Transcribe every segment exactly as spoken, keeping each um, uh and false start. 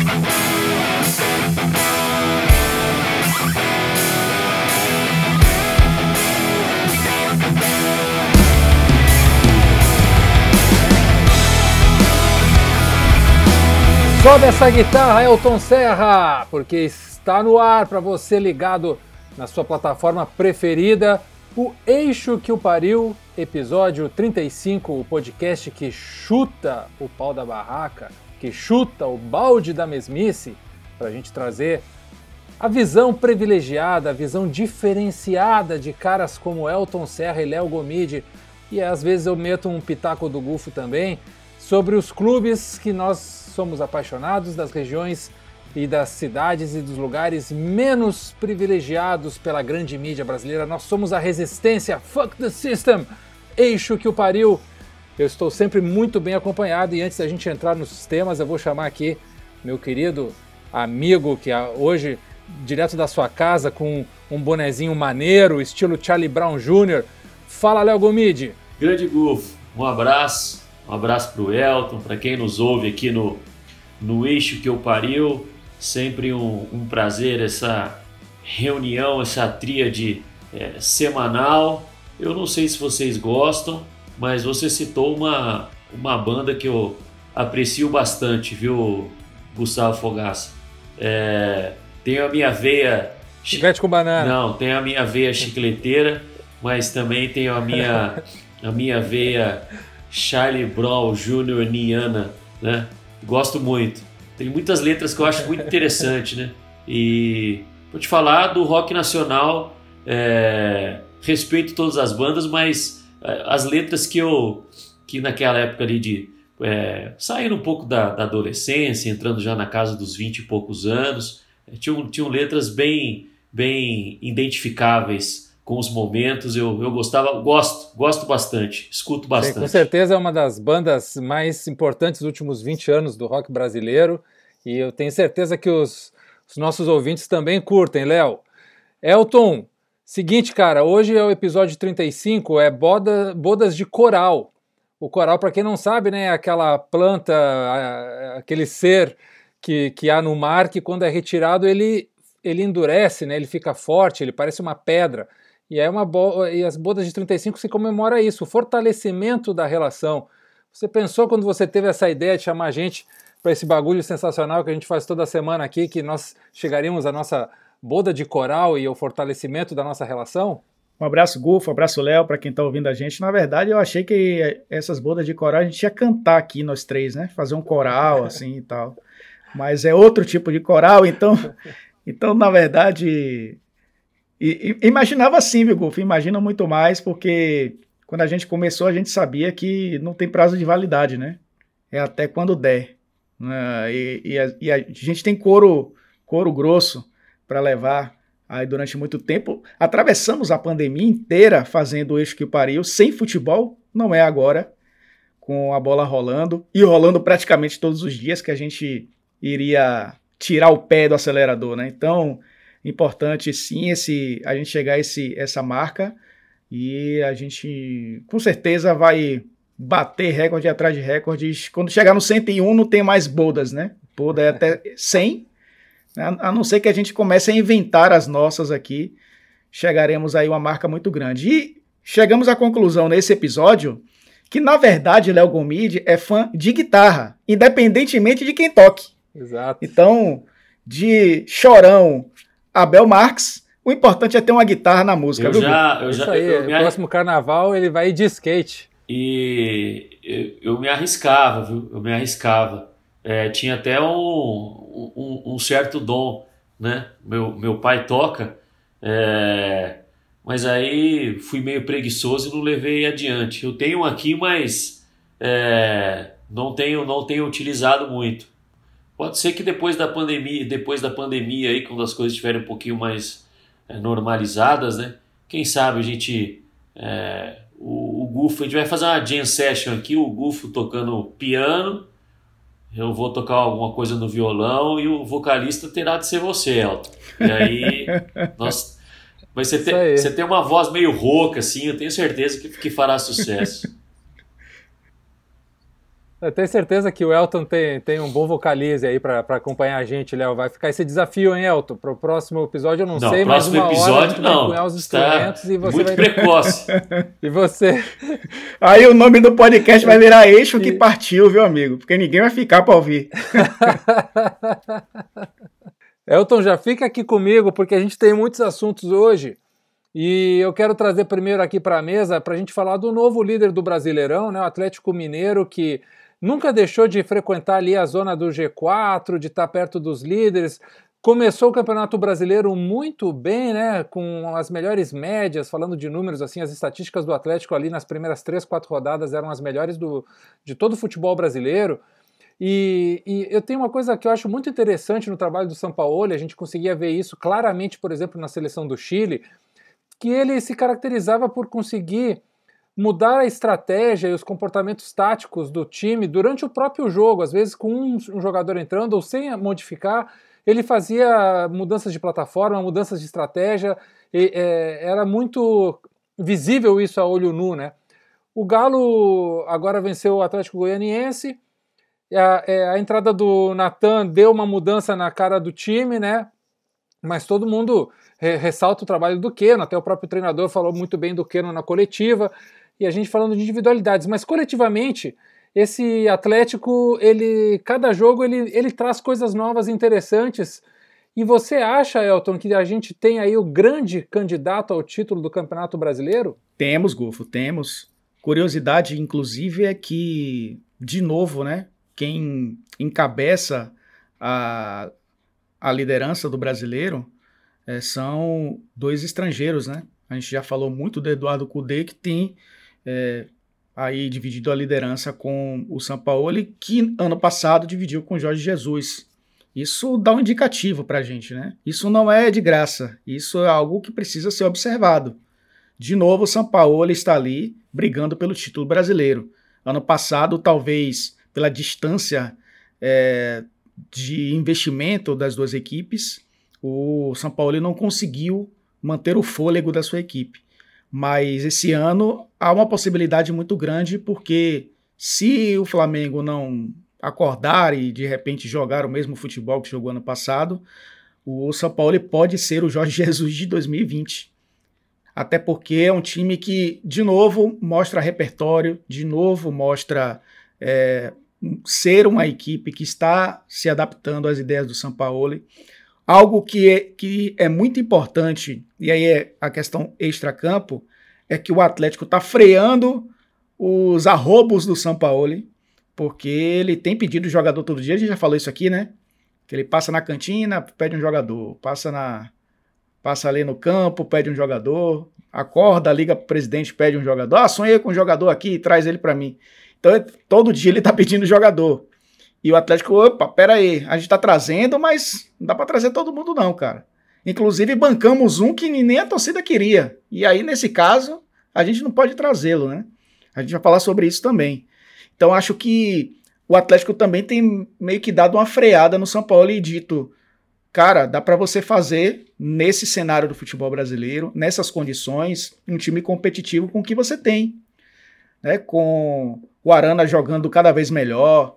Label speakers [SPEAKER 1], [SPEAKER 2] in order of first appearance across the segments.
[SPEAKER 1] Sobe essa guitarra, Elton Serra, porque está no ar para você ligado na sua plataforma preferida, o Eixo que o Pariu, episódio trinta e cinco, o podcast que chuta o pau da barraca, que chuta o balde da mesmice, para a gente trazer a visão privilegiada, a visão diferenciada de caras como Elton Serra e Léo Gomide, e às vezes eu meto um pitaco do Gufo também, sobre os clubes que nós somos apaixonados, das regiões e das cidades e dos lugares menos privilegiados pela grande mídia brasileira. Nós somos a resistência, fuck the system, Eixo que o Pariu. Eu estou sempre muito bem acompanhado e antes da gente entrar nos temas, eu vou chamar aqui meu querido amigo, que hoje, direto da sua casa, com um bonezinho maneiro, estilo Charlie Brown júnior Fala, Léo Gomide.
[SPEAKER 2] Grande Gufo, um abraço. Um abraço para o Elton, para quem nos ouve aqui no, no Eixo que eu Pariu. Sempre um, um prazer essa reunião, essa tríade é, semanal. Eu não sei se vocês gostam, mas você citou uma, uma banda que eu aprecio bastante, viu, Gustavo Fogaça? É, tenho a minha veia...
[SPEAKER 1] Chiclete com banana.
[SPEAKER 2] Não, tenho a minha veia chicleteira, mas também tenho a minha, a minha veia... Charlie Brown júnior Niana, né? Gosto muito. Tem muitas letras que eu acho muito interessante, né? E vou te falar do rock nacional, é, respeito todas as bandas, mas é, as letras que eu, que naquela época ali de é, saindo um pouco da, da adolescência, entrando já na casa dos vinte e poucos anos, é, tinham, tinham letras bem, bem identificáveis com os momentos. Eu, eu gostava, gosto, gosto bastante, escuto bastante.
[SPEAKER 1] Sim, com certeza é uma das bandas mais importantes dos últimos vinte anos do rock brasileiro e eu tenho certeza que os, os nossos ouvintes também curtem, Léo. Elton, seguinte, cara, hoje é o episódio trinta e cinco, é boda, bodas de coral. O coral, para quem não sabe, né, é aquela planta, aquele ser que, que há no mar que quando é retirado ele, ele endurece, né, ele fica forte, ele parece uma pedra. E, é uma bo... e as bodas de trinta e cinco se comemora isso, o fortalecimento da relação. Você pensou quando você teve essa ideia de chamar a gente para esse bagulho sensacional que a gente faz toda semana aqui, que nós chegaríamos à nossa boda de coral e ao fortalecimento da nossa relação?
[SPEAKER 3] Um abraço, Gufo, um abraço, Léo, para quem está ouvindo a gente. Na verdade, eu achei que essas bodas de coral a gente ia cantar aqui, nós três, né? Fazer um coral, assim, e tal. Mas é outro tipo de coral, então, então na verdade... E, e, imaginava assim, viu, Gufo? Imagina muito mais, porque quando a gente começou, a gente sabia que não tem prazo de validade, né? É até quando der. Né? E, e, a, e a gente tem couro, couro grosso para levar aí durante muito tempo. Atravessamos a pandemia inteira fazendo o Eixo que o Pariu, sem futebol, não é agora, com a bola rolando, e rolando praticamente todos os dias que a gente iria tirar o pé do acelerador, né? Então... Importante sim esse, a gente chegar a esse, essa marca e a gente com certeza vai bater recorde atrás de recordes. Quando chegar no cento e um não tem mais bodas, né? Boda é até cem, a, a não ser que a gente comece a inventar as nossas aqui, chegaremos aí a uma marca muito grande. E chegamos à conclusão nesse episódio que na verdade Léo Gomide é fã de guitarra, independentemente de quem toque.
[SPEAKER 1] Exato.
[SPEAKER 3] Então, de Chorão, Abel Marques, o importante é ter uma guitarra na música.
[SPEAKER 2] Eu
[SPEAKER 3] viu,
[SPEAKER 2] já, eu
[SPEAKER 1] Isso
[SPEAKER 2] já,
[SPEAKER 1] aí,
[SPEAKER 2] eu
[SPEAKER 1] no
[SPEAKER 2] me...
[SPEAKER 1] próximo carnaval ele vai ir de skate.
[SPEAKER 2] E eu, eu me arriscava, viu? Eu me arriscava. É, tinha até um, um, um certo dom, né? Meu, meu pai toca, é, mas aí fui meio preguiçoso e não levei adiante. Eu tenho um aqui, mas é, não tenho, não tenho utilizado muito. Pode ser que depois da pandemia, depois da pandemia aí, quando as coisas estiverem um pouquinho mais é, normalizadas, né? Quem sabe a gente, é, o, o Gufo, a gente vai fazer uma jam session aqui, o Gufo tocando piano, eu vou tocar alguma coisa no violão e o vocalista terá de ser você, Elton. E aí, nós, mas você tem, você tem uma voz meio rouca, assim, eu tenho certeza que, que fará sucesso.
[SPEAKER 1] Eu tenho certeza que o Elton tem, tem um bom vocalize aí para acompanhar a gente, Léo. Vai ficar esse desafio, hein, Elton? Para o próximo episódio eu não, não sei, mas uma
[SPEAKER 2] episódio,
[SPEAKER 1] hora tu
[SPEAKER 2] não.
[SPEAKER 1] vai cunhar os instrumentos e você
[SPEAKER 2] muito
[SPEAKER 1] vai...
[SPEAKER 2] precoce.
[SPEAKER 1] E você...
[SPEAKER 3] Aí o nome do podcast vai virar Eixo que Partiu, viu, amigo? Porque ninguém vai ficar para ouvir.
[SPEAKER 1] Elton, já fica aqui comigo, porque a gente tem muitos assuntos hoje. E eu quero trazer primeiro aqui para a mesa para a gente falar do novo líder do Brasileirão, né, o Atlético Mineiro, que nunca deixou de frequentar ali a zona do G quatro, de estar perto dos líderes. Começou o Campeonato Brasileiro muito bem, né, com as melhores médias, falando de números, assim, as estatísticas do Atlético ali nas primeiras três, quatro rodadas eram as melhores do, de todo o futebol brasileiro. E, e eu tenho uma coisa que eu acho muito interessante no trabalho do Sampaoli, a gente conseguia ver isso claramente, por exemplo, na seleção do Chile, que ele se caracterizava por conseguir mudar a estratégia e os comportamentos táticos do time durante o próprio jogo, às vezes com um, um jogador entrando ou sem modificar, ele fazia mudanças de plataforma, mudanças de estratégia, e, é, era muito visível isso a olho nu, né? O Galo agora venceu o Atlético Goianiense, a, é, a entrada do Natan deu uma mudança na cara do time, né? Mas todo mundo re, ressalta o trabalho do Keno, até o próprio treinador falou muito bem do Keno na coletiva, e a gente falando de individualidades, mas coletivamente, esse Atlético, ele, cada jogo ele, ele traz coisas novas interessantes, e você acha, Elton, que a gente tem aí o grande candidato ao título do Campeonato Brasileiro?
[SPEAKER 3] Temos, Golfo, temos. Curiosidade, inclusive, é que, de novo, né, quem encabeça a, a liderança do brasileiro é, são dois estrangeiros, né? A gente já falou muito do Eduardo Cudê, que tem é, aí dividido a liderança com o Sampaoli, que ano passado dividiu com o Jorge Jesus. Isso dá um indicativo para a gente, né? Isso não é de graça, isso é algo que precisa ser observado. De novo, o Sampaoli está ali brigando pelo título brasileiro. Ano passado, talvez pela distância é, de investimento das duas equipes, o Sampaoli não conseguiu manter o fôlego da sua equipe. Mas esse ano há uma possibilidade muito grande, porque se o Flamengo não acordar e de repente jogar o mesmo futebol que jogou ano passado, o Sampaoli pode ser o Jorge Jesus de dois mil e vinte. Até porque é um time que, de novo, mostra repertório, de novo mostra é, ser uma equipe que está se adaptando às ideias do Sampaoli. Algo que é, que é muito importante, e aí é a questão extracampo, é que o Atlético está freando os arrobos do Sampaoli, porque ele tem pedido jogador todo dia, a gente já falou isso aqui, né? Que ele passa na cantina, pede um jogador, passa, na, passa ali no campo, pede um jogador, acorda, liga pro presidente, pede um jogador, ah, sonhei com um jogador aqui, traz ele para mim. Então, todo dia ele está pedindo jogador. E o Atlético, opa, pera aí, a gente tá trazendo, mas não dá pra trazer todo mundo não, cara. Inclusive, bancamos um que nem a torcida queria. E aí, nesse caso, a gente não pode trazê-lo, né? A gente vai falar sobre isso também. Então, acho que o Atlético também tem meio que dado uma freada no São Paulo e dito, cara, dá pra você fazer, nesse cenário do futebol brasileiro, nessas condições, um time competitivo com o que você tem. Né? Com o Arana jogando cada vez melhor,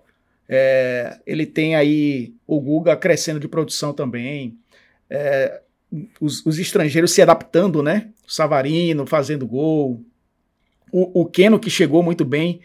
[SPEAKER 3] É, ele tem aí o Guga crescendo de produção também, é, os, os estrangeiros se adaptando, né? O Savarino fazendo gol, o, o Keno que chegou muito bem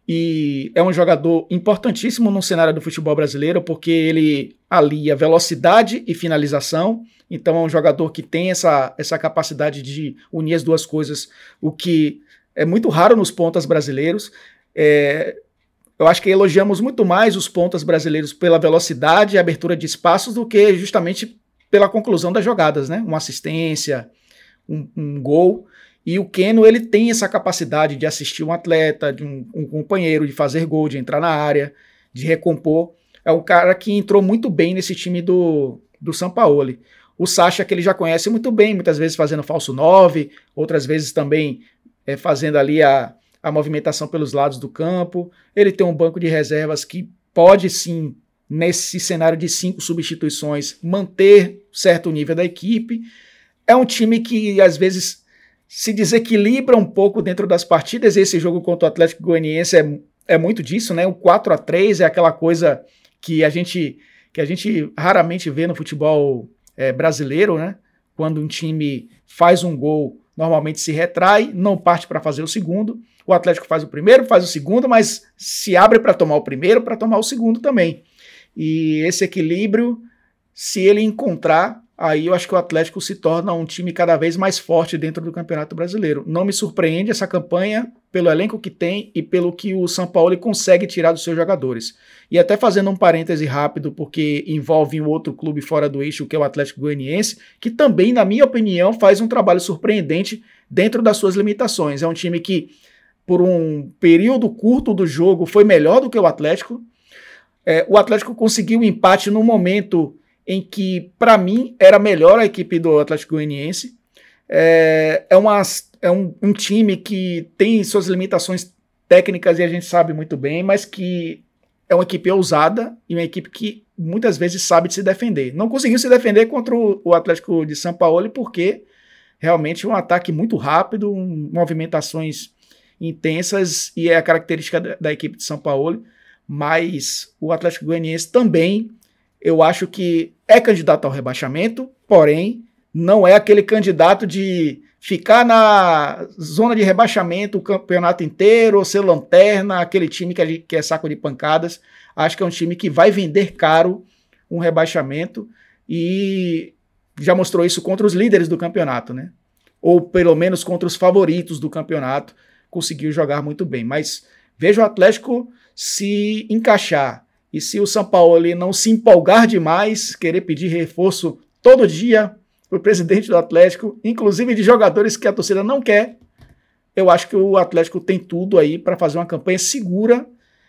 [SPEAKER 3] e é um jogador importantíssimo no cenário do futebol brasileiro porque ele alia velocidade e finalização, então é um jogador que tem essa, essa capacidade de unir as duas coisas, o que é muito raro nos pontas brasileiros. é, Eu acho que elogiamos muito mais os pontas brasileiros pela velocidade e abertura de espaços do que justamente pela conclusão das jogadas, né? Uma assistência, um, um gol. E o Keno, ele tem essa capacidade de assistir um atleta, de um, um companheiro, de fazer gol, de entrar na área, de recompor. É um cara que entrou muito bem nesse time do, do Sampaoli. O Sacha, que ele já conhece muito bem, muitas vezes fazendo falso nove, outras vezes também é, fazendo ali a... a movimentação pelos lados do campo, ele tem um banco de reservas que pode sim, nesse cenário de cinco substituições, manter certo nível da equipe. É um time que às vezes se desequilibra um pouco dentro das partidas, esse jogo contra o Atlético Goianiense é, é muito disso, né? O quatro a três é aquela coisa que a gente, que a gente raramente vê no futebol é, brasileiro, né? Quando um time faz um gol, normalmente se retrai, não parte para fazer o segundo. O Atlético faz o primeiro, faz o segundo, mas se abre para tomar o primeiro, para tomar o segundo também. E esse equilíbrio, se ele encontrar, aí eu acho que o Atlético se torna um time cada vez mais forte dentro do Campeonato Brasileiro. Não me surpreende essa campanha pelo elenco que tem e pelo que o São Paulo consegue tirar dos seus jogadores. E até fazendo um parêntese rápido, porque envolve um outro clube fora do eixo, que é o Atlético Goianiense, que também, na minha opinião, faz um trabalho surpreendente dentro das suas limitações. É um time que, por um período curto do jogo, foi melhor do que o Atlético. É, o Atlético conseguiu um empate no momento em que, para mim, era melhor a equipe do Atlético Goianiense. É, é, uma, é um, um time que tem suas limitações técnicas e a gente sabe muito bem, mas que é uma equipe ousada e uma equipe que muitas vezes sabe de se defender. Não conseguiu se defender contra o, o Atlético de São Paulo porque realmente é um ataque muito rápido, um, movimentações intensas, e é a característica da, da equipe de São Paulo. Mas o Atlético Goianiense também, eu acho que é candidato ao rebaixamento, porém não é aquele candidato de ficar na zona de rebaixamento o campeonato inteiro, ou ser lanterna, aquele time que, a gente, que é saco de pancadas. Acho que é um time que vai vender caro um rebaixamento e já mostrou isso contra os líderes do campeonato, né? Ou pelo menos contra os favoritos do campeonato, conseguiu jogar muito bem. Mas vejo o Atlético se encaixar e se o São Paulo ali não se empolgar demais, querer pedir reforço todo dia para o presidente do Atlético, inclusive de jogadores que a torcida não quer, eu acho que o Atlético tem tudo aí para fazer uma campanha segura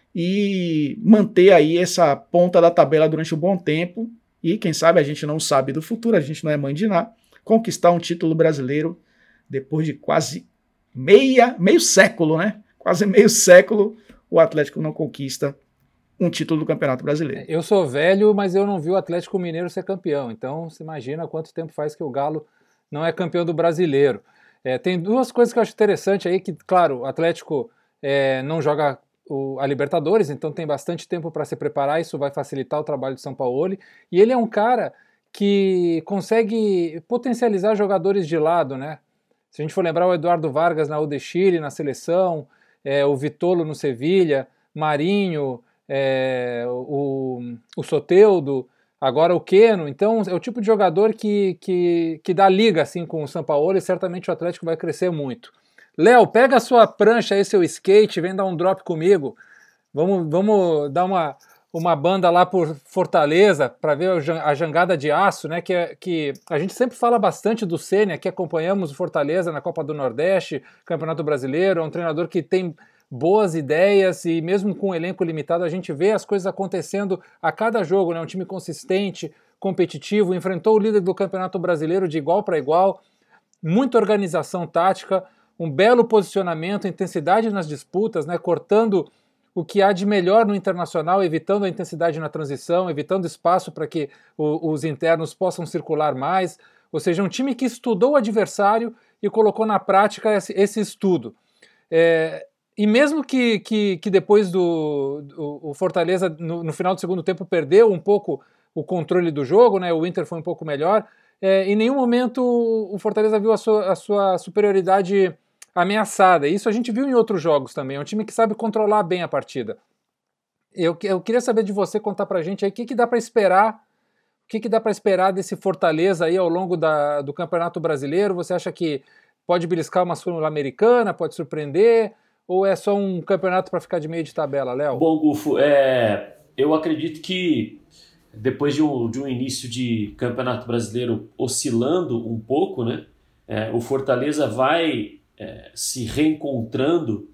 [SPEAKER 3] e manter aí essa ponta da tabela durante um bom tempo. E quem sabe, a gente não sabe do futuro, a gente não é mãe de nada, conquistar um título brasileiro depois de quase meia, meio século, né? Quase meio século o Atlético não conquista um título do Campeonato Brasileiro.
[SPEAKER 1] Eu sou velho, mas eu não vi o Atlético Mineiro ser campeão, então você imagina quanto tempo faz que o Galo não é campeão do Brasileiro. É, tem duas coisas que eu acho interessante aí, que, claro, o Atlético é, não joga o, a Libertadores, então tem bastante tempo para se preparar, isso vai facilitar o trabalho de São Paulo, e ele é um cara que consegue potencializar jogadores de lado, né? Se a gente for lembrar o Eduardo Vargas na U D Chile, na seleção, é, o Vitolo no Sevilha, Marinho, é, o, o Soteldo, agora o Keno. Então é o tipo de jogador que, que, que dá liga assim, com o São Paulo, e certamente o Atlético vai crescer muito. Léo, pega a sua prancha aí, seu skate, vem dar um drop comigo. Vamos, vamos dar uma, uma banda lá por Fortaleza para ver a jangada de aço, né? Que, é, que a gente sempre fala bastante do Ceni, que acompanhamos o Fortaleza na Copa do Nordeste, Campeonato Brasileiro. É um treinador que tem boas ideias e mesmo com um elenco limitado a gente vê as coisas acontecendo a cada jogo, né? Um time consistente, competitivo, enfrentou o líder do Campeonato Brasileiro de igual para igual, muita organização tática, um belo posicionamento, intensidade nas disputas, né? Cortando o que há de melhor no Internacional, evitando a intensidade na transição, evitando espaço para que o, os internos possam circular mais, ou seja, um time que estudou o adversário e colocou na prática esse, esse estudo. É, E mesmo que, que, que depois do, do o Fortaleza, no, no final do segundo tempo, perdeu um pouco o controle do jogo, né? O Inter foi um pouco melhor, é, em nenhum momento o Fortaleza viu a sua, a sua superioridade ameaçada. Isso a gente viu em outros jogos também. É um time que sabe controlar bem a partida. Eu, eu queria saber de você, contar pra gente aí o que, que dá para esperar, o que, que dá para esperar desse Fortaleza aí ao longo da, do Campeonato Brasileiro. Você acha que pode beliscar uma Sul-Americana, pode surpreender? Ou é só um campeonato para ficar de meio de tabela, Léo?
[SPEAKER 2] Bom, Gufo, é, eu acredito que depois de um, de um início de campeonato brasileiro oscilando um pouco, né, é, o Fortaleza vai é, se reencontrando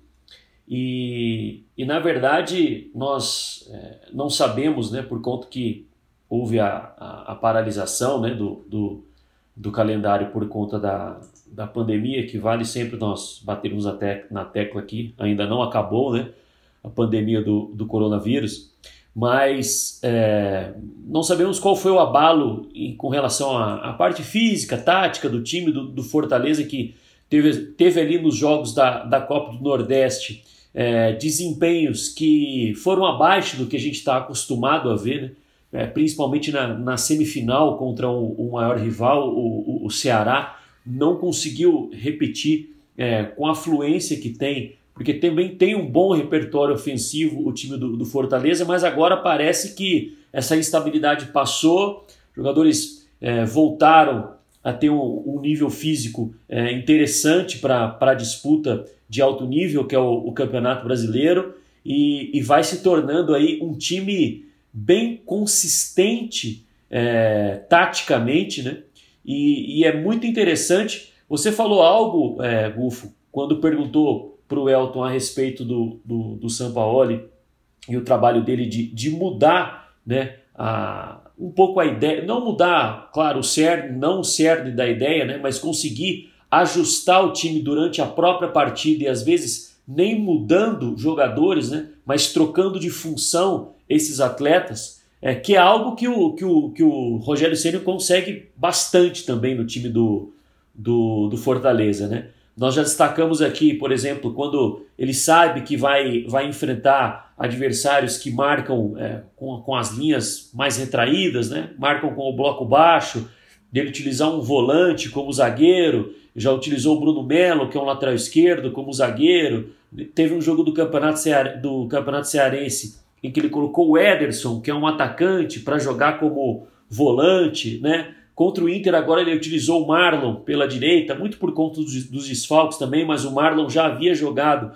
[SPEAKER 2] e, e, na verdade, nós é, não sabemos, né, por conta que houve a, a, a paralisação, né, do, do, do calendário por conta da... da pandemia, que vale sempre nós batermos a tec- na tecla aqui, ainda não acabou, né, a pandemia do, do coronavírus, mas é, não sabemos qual foi o abalo em, com relação à, à parte física, tática do time do, do Fortaleza, que teve, teve ali nos jogos da, da Copa do Nordeste é, desempenhos que foram abaixo do que a gente está acostumado a ver, né? É, principalmente na, na semifinal contra o, o maior rival, o, o, o Ceará, não conseguiu repetir é, com a fluência que tem, porque também tem um bom repertório ofensivo o time do, do Fortaleza, mas agora parece que essa instabilidade passou, jogadores é, voltaram a ter um, um nível físico é, interessante para a disputa de alto nível, que é o, o Campeonato Brasileiro, e, e vai se tornando aí um time bem consistente é, taticamente, né? E, e é muito interessante. Você falou algo, é, Gufo, quando perguntou para o Elton a respeito do, do, do Sampaoli e o trabalho dele de, de mudar, né, a, um pouco a ideia, não mudar, claro, o cerne, não o cerne da ideia, né, mas conseguir ajustar o time durante a própria partida e às vezes nem mudando jogadores, né, mas trocando de função esses atletas, é, que é algo que o, que o, que o Rogério Ceni consegue bastante também no time do, do, do Fortaleza, né? Nós já destacamos aqui, por exemplo, quando ele sabe que vai, vai enfrentar adversários que marcam é, com, com as linhas mais retraídas, né? Marcam com o bloco baixo, dele utilizar um volante como zagueiro, já utilizou o Bruno Melo, que é um lateral esquerdo, como zagueiro. Teve um jogo do Campeonato, Ceare... do Campeonato Cearense em que ele colocou o Ederson, que é um atacante, para jogar como volante, né? Contra o Inter agora ele utilizou o Marlon pela direita, muito por conta dos, dos desfalques também, mas o Marlon já havia jogado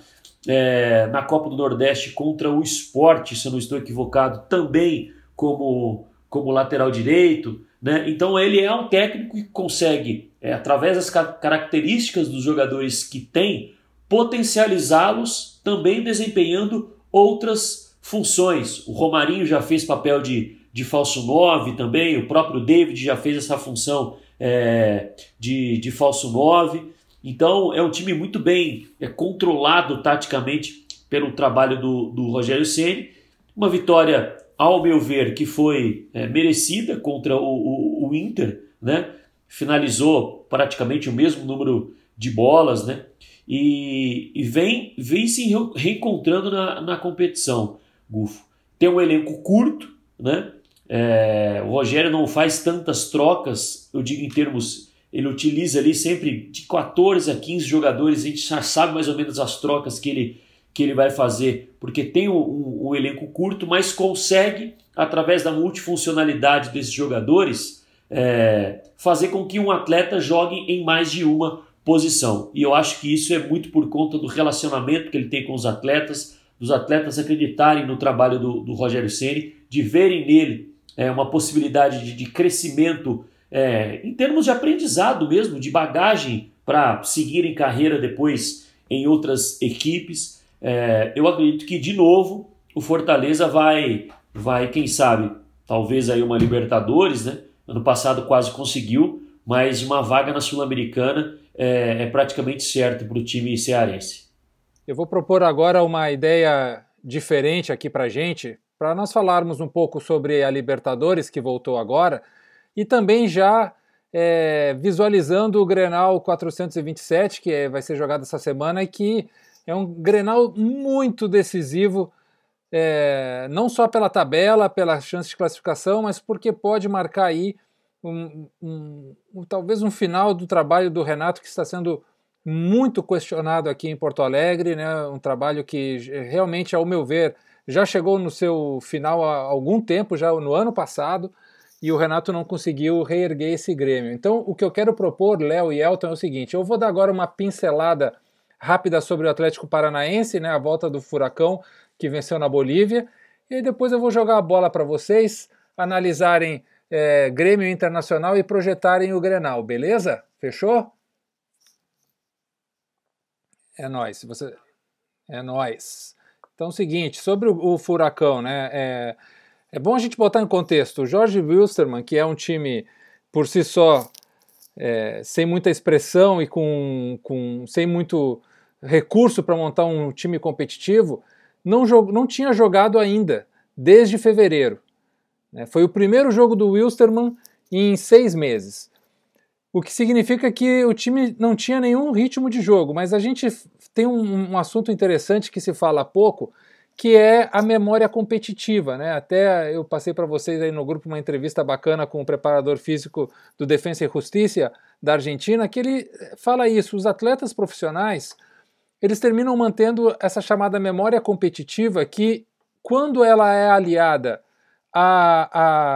[SPEAKER 2] é, na Copa do Nordeste contra o Sport, se eu não estou equivocado, também como, como lateral direito, né? Então ele é um técnico que consegue, é, através das características dos jogadores que tem, potencializá-los também desempenhando outras funções. O Romarinho já fez papel de, de falso nove também, o próprio David já fez essa função é, de, de falso nove. Então é um time muito bem é, controlado taticamente pelo trabalho do, do Rogério Ceni. Uma vitória, ao meu ver, que foi é, merecida contra o, o, o Inter, né? Finalizou praticamente o mesmo número de bolas, né? E, e vem, vem se reencontrando na, na competição. Gufo. Tem um elenco curto, né? É, o Rogério não faz tantas trocas, eu digo em termos, ele utiliza ali sempre de quatorze a quinze jogadores, a gente já sabe mais ou menos as trocas que ele, que ele vai fazer, porque tem um, um, um elenco curto, mas consegue, através da multifuncionalidade desses jogadores, é, fazer com que um atleta jogue em mais de uma posição. E eu acho que isso é muito por conta do relacionamento que ele tem com os atletas, dos atletas acreditarem no trabalho do, do Rogério Ceni, de verem nele é, uma possibilidade de, de crescimento é, em termos de aprendizado mesmo, de bagagem para seguirem carreira depois em outras equipes. É, eu acredito que, de novo, o Fortaleza vai, vai, quem sabe, talvez aí uma Libertadores, né? Ano passado quase conseguiu, mas uma vaga na Sul-Americana é, é praticamente certo para o time cearense.
[SPEAKER 1] Eu vou propor agora uma ideia diferente aqui para a gente, para nós falarmos um pouco sobre a Libertadores, que voltou agora, e também já é, visualizando o Grenal quatrocentos e vinte e sete, que é, vai ser jogado essa semana, e que é um Grenal muito decisivo, é, não só pela tabela, pela chance de classificação, mas porque pode marcar aí um, um, um, talvez um final do trabalho do Renato, que está sendo muito questionado aqui em Porto Alegre, né? Um trabalho que realmente, ao meu ver, já chegou no seu final há algum tempo, já no ano passado, e o Renato não conseguiu reerguer esse Grêmio. Então, o que eu quero propor, Léo e Elton, é o seguinte: eu vou dar agora uma pincelada rápida sobre o Atlético Paranaense, né? A volta do Furacão, que venceu na Bolívia, e aí depois eu vou jogar a bola para vocês analisarem é, Grêmio Internacional e projetarem o Grenal, beleza? Fechou? É nóis, você... é nóis. Então é o seguinte, sobre o, o Furacão, né, é, é bom a gente botar em contexto. O Jorge Wilstermann, que é um time por si só, é, sem muita expressão e com, com, sem muito recurso para montar um time competitivo, não, jog, não tinha jogado ainda, desde fevereiro. Né, foi o primeiro jogo do Wilstermann em seis meses. o que significa que o time não tinha nenhum ritmo de jogo, mas a gente tem um, um assunto interessante que se fala pouco, que é a memória competitiva, né? Até eu passei para vocês aí no grupo uma entrevista bacana com o preparador físico do Defensa e Justiça da Argentina, que ele fala isso, os atletas profissionais, eles terminam mantendo essa chamada memória competitiva que, quando ela é aliada a,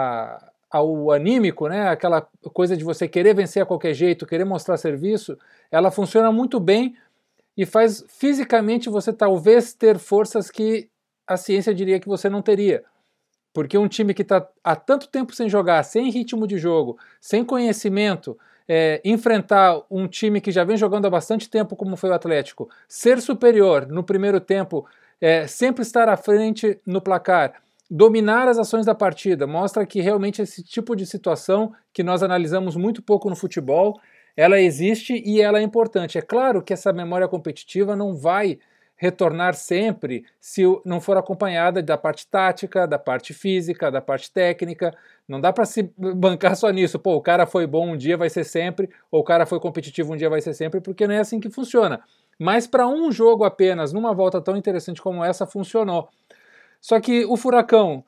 [SPEAKER 1] a, ao anímico, né? Aquela coisa de você querer vencer a qualquer jeito, querer mostrar serviço, ela funciona muito bem e faz fisicamente você talvez ter forças que a ciência diria que você não teria. Porque um time que está há tanto tempo sem jogar, sem ritmo de jogo, sem conhecimento, é, enfrentar um time que já vem jogando há bastante tempo, como foi o Atlético, ser superior no primeiro tempo, é, sempre estar à frente no placar, dominar as ações da partida, mostra que realmente esse tipo de situação que nós analisamos muito pouco no futebol, ela existe e ela é importante. É claro que essa memória competitiva não vai retornar sempre se não for acompanhada da parte tática, da parte física, da parte técnica. Não dá para se bancar só nisso. Pô, o cara foi bom um dia, vai ser sempre, ou o cara foi competitivo um dia, vai ser sempre, porque não é assim que funciona. Mas para um jogo apenas, numa volta tão interessante como essa, funcionou. Só que o Furacão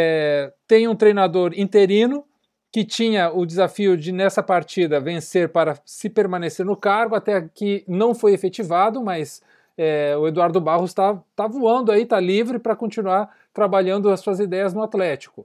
[SPEAKER 1] é, tem um treinador interino, que tinha o desafio de, nessa partida, vencer para se permanecer no cargo, até que não foi efetivado, mas é, o Eduardo Barros está tá voando aí, está livre para continuar trabalhando as suas ideias no Atlético.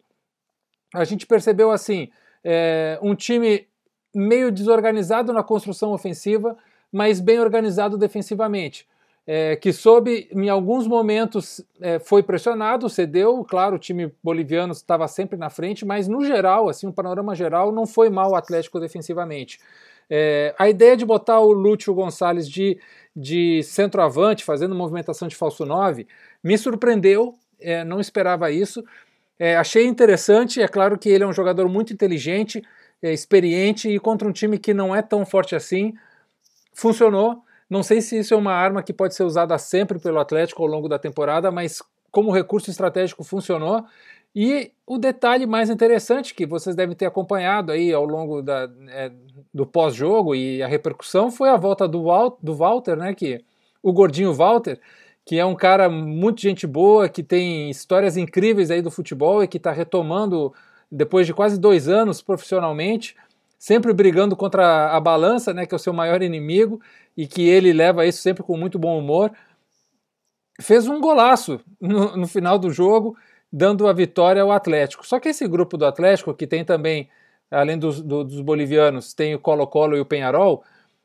[SPEAKER 1] A gente percebeu, assim, é, um time meio desorganizado na construção ofensiva, mas bem organizado defensivamente. É, que soube, em alguns momentos, é, foi pressionado, cedeu, claro, o time boliviano estava sempre na frente, mas no geral, assim, o panorama geral, não foi mal o Atlético defensivamente. É, a ideia de botar o Lúcio Gonçalves de, de centroavante, fazendo movimentação de falso nove, me surpreendeu, é, não esperava isso, é, achei interessante, é claro que ele é um jogador muito inteligente, é, experiente, e contra um time que não é tão forte assim, funcionou. Não sei se isso é uma arma que pode ser usada sempre pelo Atlético ao longo da temporada, mas como recurso estratégico funcionou. E o detalhe mais interessante que vocês devem ter acompanhado aí ao longo da, é, do pós-jogo e a repercussão foi a volta do, Wal, do Walter, né, que, o gordinho Walter, que é um cara muito gente boa, que tem histórias incríveis aí do futebol e que está retomando depois de quase dois anos profissionalmente, sempre brigando contra a balança, né, que é o seu maior inimigo, e que ele leva isso sempre com muito bom humor. Fez um golaço no, no final do jogo, dando a vitória ao Atlético. Só que esse grupo do Atlético, que tem também, além dos, do, dos bolivianos, tem o Colo-Colo e o Peñarol,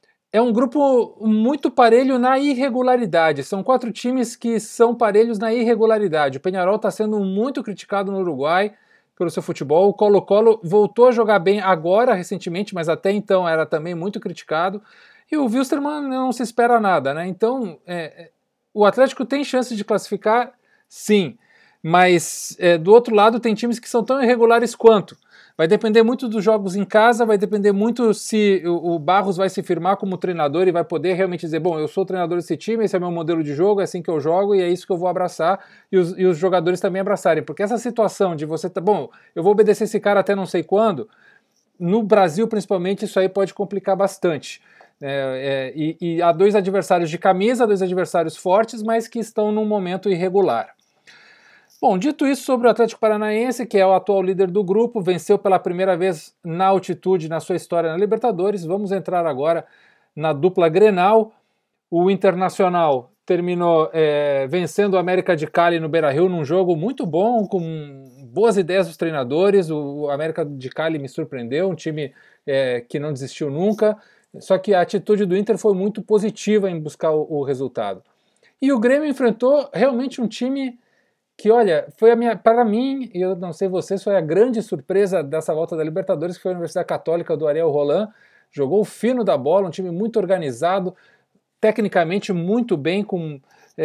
[SPEAKER 1] é um grupo muito parelho na irregularidade. São quatro times que são parelhos na irregularidade. O Peñarol está sendo muito criticado no Uruguai pelo seu futebol. O Colo-Colo voltou a jogar bem agora, recentemente, mas até então era também muito criticado. E o Wilstermann não se espera nada, né? Então, é, o Atlético tem chance de classificar, sim. Mas, é, do outro lado, tem times que são tão irregulares quanto. Vai depender muito dos jogos em casa, vai depender muito se o, o Barros vai se firmar como treinador e vai poder realmente dizer, bom, eu sou o treinador desse time, esse é o meu modelo de jogo, é assim que eu jogo e é isso que eu vou abraçar, e os, e os jogadores também abraçarem. Porque essa situação de você, tá bom, eu vou obedecer esse cara até não sei quando, no Brasil, principalmente, isso aí pode complicar bastante. É, é, e, e há dois adversários de camisa, dois adversários fortes, mas que estão num momento irregular. Bom, dito isso sobre o Atlético Paranaense, que é o atual líder do grupo, venceu pela primeira vez na altitude na sua história na Libertadores, vamos entrar agora na dupla Grenal. O Internacional terminou é, vencendo o América de Cali no Beira-Rio num jogo muito bom, com boas ideias dos treinadores. O América de Cali me surpreendeu, um time é, que não desistiu nunca, só que a atitude do Inter foi muito positiva em buscar o, o resultado. E o Grêmio enfrentou realmente um time que, olha, foi a minha, para mim, e eu não sei vocês, foi a grande surpresa dessa volta da Libertadores, que foi a Universidade Católica do Ariel Roland. Jogou o fino da bola, um time muito organizado, tecnicamente muito bem, com,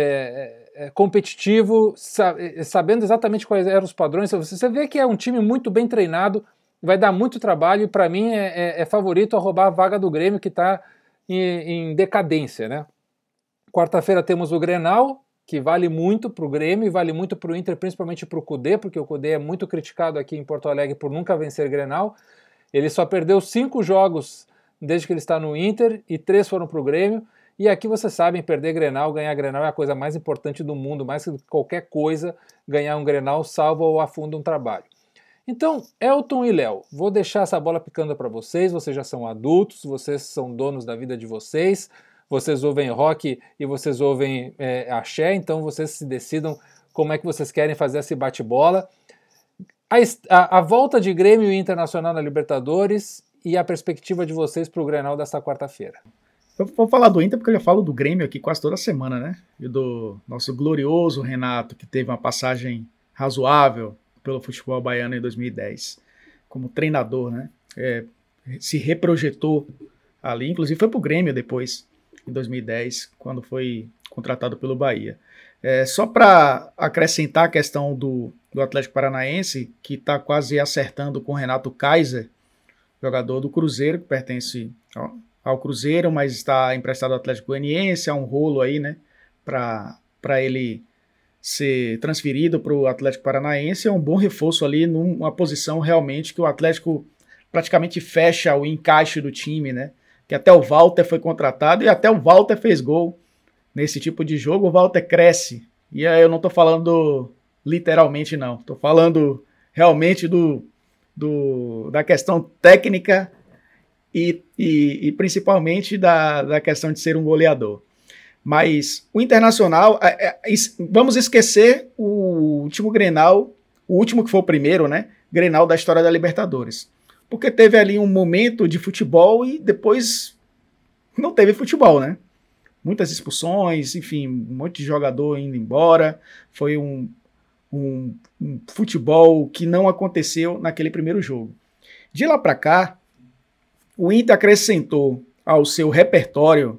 [SPEAKER 1] é, é, competitivo, sabendo exatamente quais eram os padrões. Você vê que é um time muito bem treinado, vai dar muito trabalho, e para mim é, é, é favorito a roubar a vaga do Grêmio, que está em, em decadência, né? Quarta-feira temos o Grenal, que vale muito para o Grêmio e vale muito para o Inter, principalmente para o Cudê, porque o Cudê é muito criticado aqui em Porto Alegre por nunca vencer Grenal. Ele só perdeu cinco jogos desde que ele está no Inter e três foram para o Grêmio. E aqui vocês sabem, perder Grenal, ganhar Grenal é a coisa mais importante do mundo, mais que qualquer coisa, ganhar um Grenal salva ou afunda um trabalho. Então, Elton e Léo, vou deixar essa bola picando para vocês, vocês já são adultos, vocês são donos da vida de vocês, vocês ouvem rock e vocês ouvem é, axé, então vocês se decidam como é que vocês querem fazer esse bate-bola. A, a, a volta de Grêmio e Internacional na Libertadores e a perspectiva de vocês para o Grenal desta quarta-feira.
[SPEAKER 3] Eu vou falar do Inter porque eu já falo do Grêmio aqui quase toda semana, né? E do nosso glorioso Renato, que teve uma passagem razoável pelo futebol baiano em dois mil e dez, como treinador, né? É, se reprojetou ali, inclusive foi pro Grêmio depois, em dois mil e dez, quando foi contratado pelo Bahia. É, só para acrescentar a questão do, do Atlético Paranaense, que está quase acertando com o Renato Kaiser, jogador do Cruzeiro, que pertence ó, ao Cruzeiro, mas está emprestado ao Atlético Goianiense, há um rolo aí, né, para ele ser transferido para o Atlético Paranaense, é um bom reforço ali numa posição realmente que o Atlético praticamente fecha o encaixe do time, né, que até o Walter foi contratado e até o Walter fez gol nesse tipo de jogo, o Walter cresce, e aí eu não estou falando literalmente não, estou falando realmente do, do, da questão técnica e, e, e principalmente da, da questão de ser um goleador. Mas o Internacional, é, é, vamos esquecer o último Grenal, o último que foi o primeiro, né, Grenal da história da Libertadores. Porque teve ali um momento de futebol e depois não teve futebol, né? Muitas expulsões, enfim, um monte de jogador indo embora. Foi um, um, um futebol que não aconteceu naquele primeiro jogo. De lá para cá, o Inter acrescentou ao seu repertório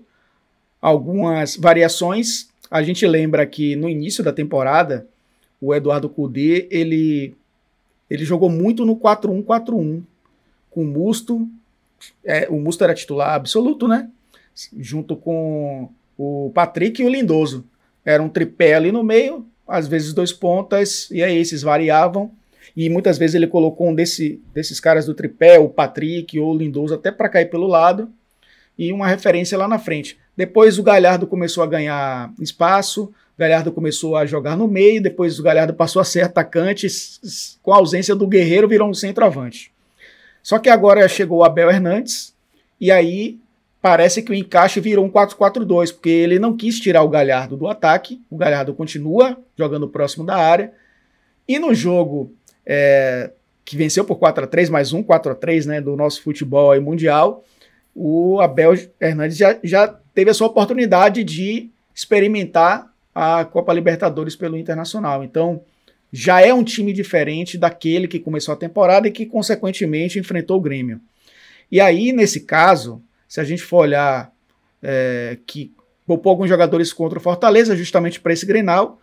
[SPEAKER 3] algumas variações. A gente lembra que no início da temporada, o Eduardo Cudê, ele, ele jogou muito no quatro um quatro um, com o Musto, é, o Musto era titular absoluto, né? Junto com o Patrick e o Lindoso. Era um tripé ali no meio, às vezes dois pontas, e aí esses variavam, e muitas vezes ele colocou um desse, desses caras do tripé, o Patrick ou o Lindoso, até para cair pelo lado, e uma referência lá na frente. Depois o Galhardo começou a ganhar espaço, o Galhardo começou a jogar no meio, depois o Galhardo passou a ser atacante, com a ausência do Guerreiro virou um centroavante. Só que agora chegou o Abel Hernandes, e aí parece que o encaixe virou um quatro quatro dois, porque ele não quis tirar o Galhardo do ataque, o Galhardo continua jogando próximo da área, e no jogo é, que venceu por quatro a três, mais um quatro a três, né, do nosso futebol aí mundial, o Abel Hernandes já, já teve a sua oportunidade de experimentar a Copa Libertadores pelo Internacional. Então, já é um time diferente daquele que começou a temporada e que, consequentemente, enfrentou o Grêmio. E aí, nesse caso, se a gente for olhar é, que poupou alguns jogadores contra o Fortaleza, justamente para esse Grenal,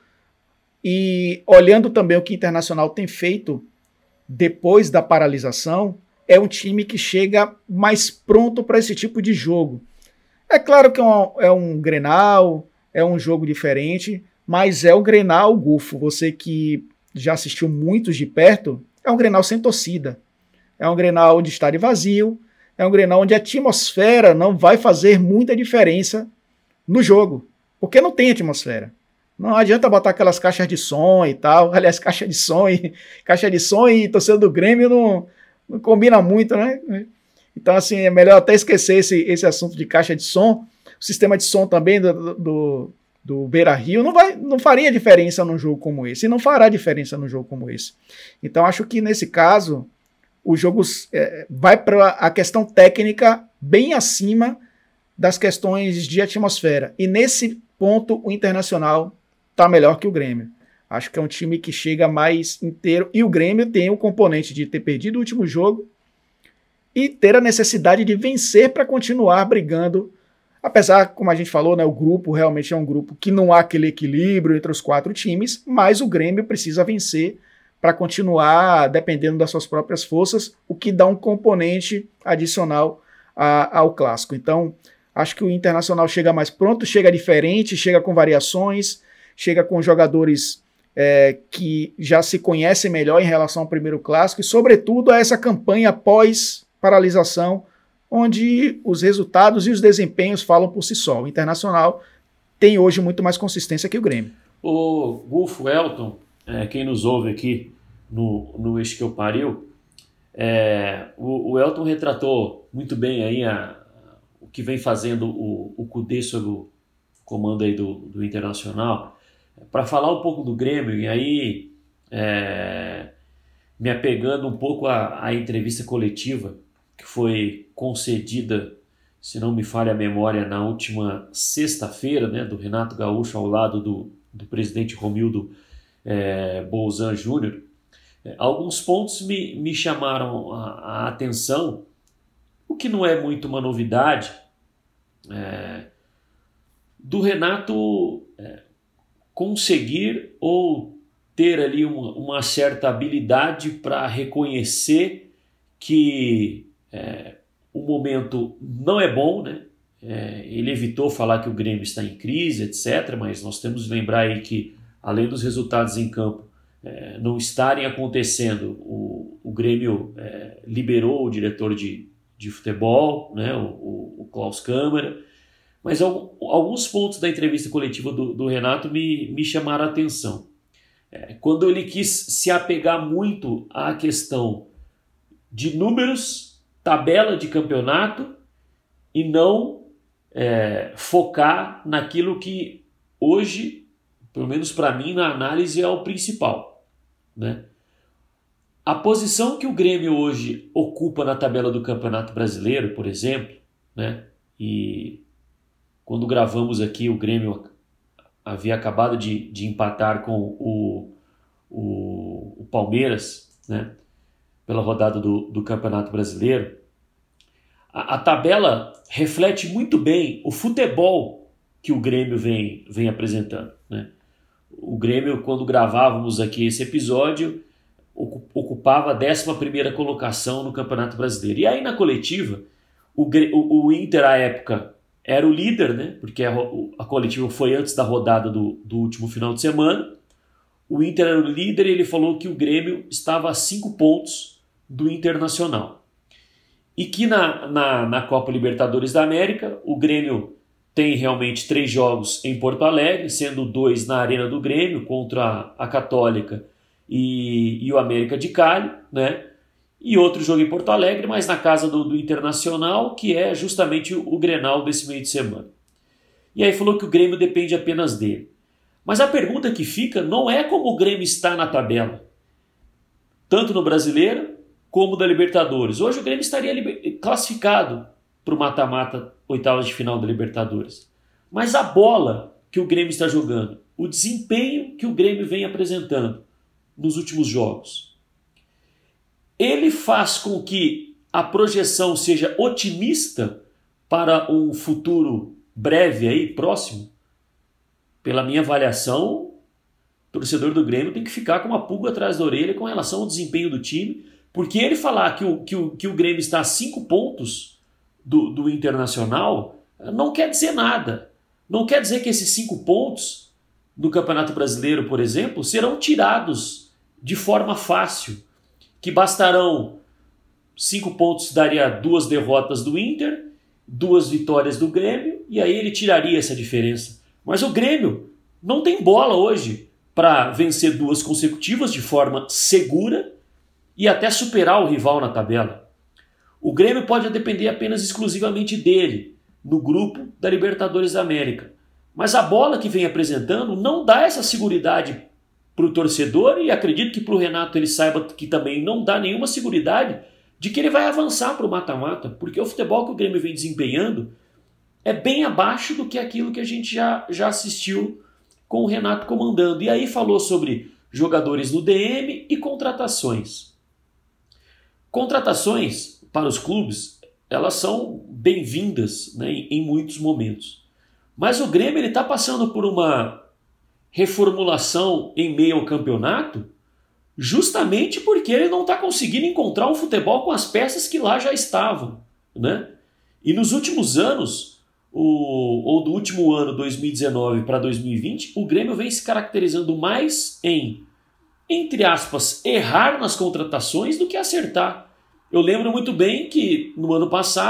[SPEAKER 3] e olhando também o que o Internacional tem feito depois da paralisação, é um time que chega mais pronto para esse tipo de jogo. É claro que é um, é um Grenal, é um jogo diferente, mas é o Grenal, Gufo, você que já assistiu muitos de perto, é um Grenal sem torcida. É um Grenal de estádio vazio, é um Grenal onde a atmosfera não vai fazer muita diferença no jogo, porque não tem atmosfera. Não adianta botar aquelas caixas de som e tal, aliás, caixa de som e, caixa de som e torcedor do Grêmio não, não combina muito, né? Então, assim, é melhor até esquecer esse, esse assunto de caixa de som. O sistema de som também do, do, do Beira-Rio não, vai, não faria diferença num jogo como esse, e não fará diferença num jogo como esse. Então, acho que nesse caso, o jogo é, vai para a questão técnica bem acima das questões de atmosfera. E nesse ponto, o Internacional está melhor que o Grêmio. Acho que é um time que chega mais inteiro. E o Grêmio tem o componente de ter perdido o último jogo e ter a necessidade de vencer para continuar brigando. Apesar, como a gente falou, né, o grupo realmente é um grupo que não há aquele equilíbrio entre os quatro times, mas o Grêmio precisa vencer para continuar dependendo das suas próprias forças, o que dá um componente adicional a, ao clássico. Então, acho que o Internacional chega mais pronto, chega diferente, chega com variações, chega com jogadores é, que já se conhecem melhor em relação ao primeiro clássico e, sobretudo, a essa campanha pós-paralisação, onde os resultados e os desempenhos falam por si só. O Internacional tem hoje muito mais consistência que o Grêmio.
[SPEAKER 2] O Gulfo, Elton, é, quem nos ouve aqui no, no Eixo que eu pariu, é, o, o Elton retratou muito bem aí a, o que vem fazendo o, o Cudê sob o comando aí do, do Internacional. Para falar um pouco do Grêmio, e aí é, me apegando um pouco à, à entrevista coletiva que foi concedida, se não me falha a memória, na última sexta-feira, né, do Renato Gaúcho ao lado do, do presidente Romildo é, Bolzan Júnior, é, alguns pontos me, me chamaram a, a atenção, o que não é muito uma novidade, é, do Renato é, conseguir ou ter ali uma, uma certa habilidade para reconhecer que é, o momento não é bom, né? É, ele evitou falar que o Grêmio está em crise, etcétera, mas nós temos que lembrar aí que, além dos resultados em campo é, não estarem acontecendo, o, o Grêmio é, liberou o diretor de, de futebol, né? o, o, o Klaus Câmara, mas alguns pontos da entrevista coletiva do, do Renato me, me chamaram a atenção. É, quando ele quis se apegar muito à questão de números, tabela de campeonato, e não é, focar naquilo que hoje, pelo menos para mim, na análise é o principal, né? A posição que o Grêmio hoje ocupa na tabela do Campeonato Brasileiro, por exemplo, né? E quando gravamos aqui, o Grêmio havia acabado de, de empatar com o, o, o Palmeiras, né? Pela rodada do, do Campeonato Brasileiro. A, a tabela reflete muito bem o futebol que o Grêmio vem, vem apresentando, né? O Grêmio, quando gravávamos aqui esse episódio, ocupava a décima primeira colocação no Campeonato Brasileiro. E aí na coletiva, o, o, o Inter à época era o líder, né? Porque a, a coletiva foi antes da rodada do, do último final de semana. O Inter era o líder e ele falou que o Grêmio estava a cinco pontos do Internacional. E que na, na, na Copa Libertadores da América, o Grêmio tem realmente três jogos em Porto Alegre, sendo dois na Arena do Grêmio, contra a Católica e, e o América de Cali, né? E outro jogo em Porto Alegre, mas na casa do, do Internacional, que é justamente o, o Grenal desse meio de semana. E aí falou que o Grêmio depende apenas dele. Mas a pergunta que fica não é como o Grêmio está na tabela, tanto no Brasileiro como da Libertadores. Hoje o Grêmio estaria classificado para o mata-mata, oitavas de final da Libertadores. Mas a bola que o Grêmio está jogando, o desempenho que o Grêmio vem apresentando nos últimos jogos, ele faz com que a projeção seja otimista para um futuro breve aí, próximo. Pela minha avaliação, o torcedor do Grêmio tem que ficar com uma pulga atrás da orelha com relação ao desempenho do time, porque ele falar que o, que o, que o Grêmio está a cinco pontos do, do Internacional não quer dizer nada. Não quer dizer que esses cinco pontos do Campeonato Brasileiro, por exemplo, serão tirados de forma fácil, que bastarão cinco pontos, daria duas derrotas do Inter, duas vitórias do Grêmio, e aí ele tiraria essa diferença. Mas o Grêmio não tem bola hoje para vencer duas consecutivas de forma segura e até superar o rival na tabela. O Grêmio pode depender apenas exclusivamente dele, no grupo da Libertadores da América. Mas a bola que vem apresentando não dá essa seguridade para o torcedor, e acredito que para o Renato ele saiba que também não dá nenhuma seguridade de que ele vai avançar para o mata-mata, porque o futebol que o Grêmio vem desempenhando é bem abaixo do que aquilo que a gente já, já assistiu com o Renato comandando. E aí falou sobre jogadores no D M e contratações. Contratações para os clubes, elas são bem-vindas, né, em, em muitos momentos. Mas o Grêmio está passando por uma reformulação em meio ao campeonato, justamente porque ele não está conseguindo encontrar um futebol com as peças que lá já estavam, né? E nos últimos anos, o, ou do último ano, dois mil e dezenove para dois mil e vinte, o Grêmio vem se caracterizando mais em, entre aspas, errar nas contratações do que acertar. Eu lembro muito bem que no ano passado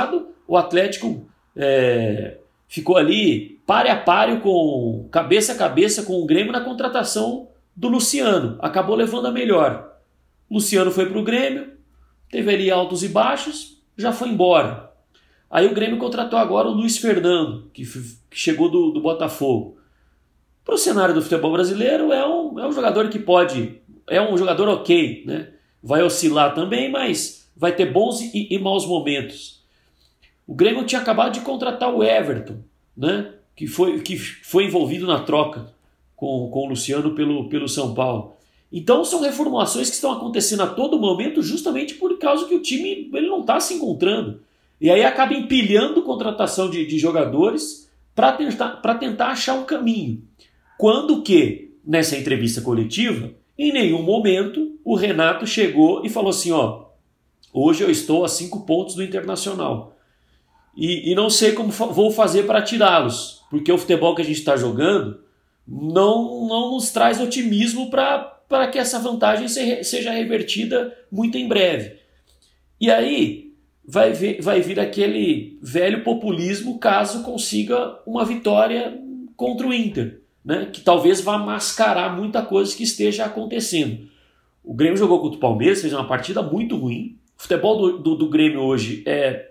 [SPEAKER 2] o Atlético é, ficou ali pare a pare, com cabeça a cabeça com o Grêmio na contratação do Luciano. Acabou levando a melhor. O Luciano foi para o Grêmio, teve ali altos e baixos, já foi embora. Aí o Grêmio contratou agora o Luiz Fernando, que, que chegou do, do Botafogo. Para o cenário do futebol brasileiro, é um, é um jogador que pode... É um jogador ok, né? Vai oscilar também, mas vai ter bons e, e maus momentos. O Grêmio tinha acabado de contratar o Everton, né? que, foi, que foi envolvido na troca com, com o Luciano pelo, pelo São Paulo. Então são reformulações que estão acontecendo a todo momento justamente por causa que o time ele não está se encontrando. E aí acaba empilhando contratação de, de jogadores para tentar, para tentar achar um caminho. Quando que, nessa entrevista coletiva, em nenhum momento o Renato chegou e falou assim, ó, hoje eu estou a cinco pontos do Internacional e, e não sei como fa- vou fazer para tirá-los, porque o futebol que a gente está jogando não, não nos traz otimismo para que essa vantagem se, seja revertida muito em breve. E aí vai, ver, vai vir aquele velho populismo caso consiga uma vitória contra o Inter, né, que talvez vá mascarar muita coisa que esteja acontecendo. O Grêmio jogou contra o Palmeiras, fez uma partida muito ruim. O futebol do, do, do Grêmio hoje é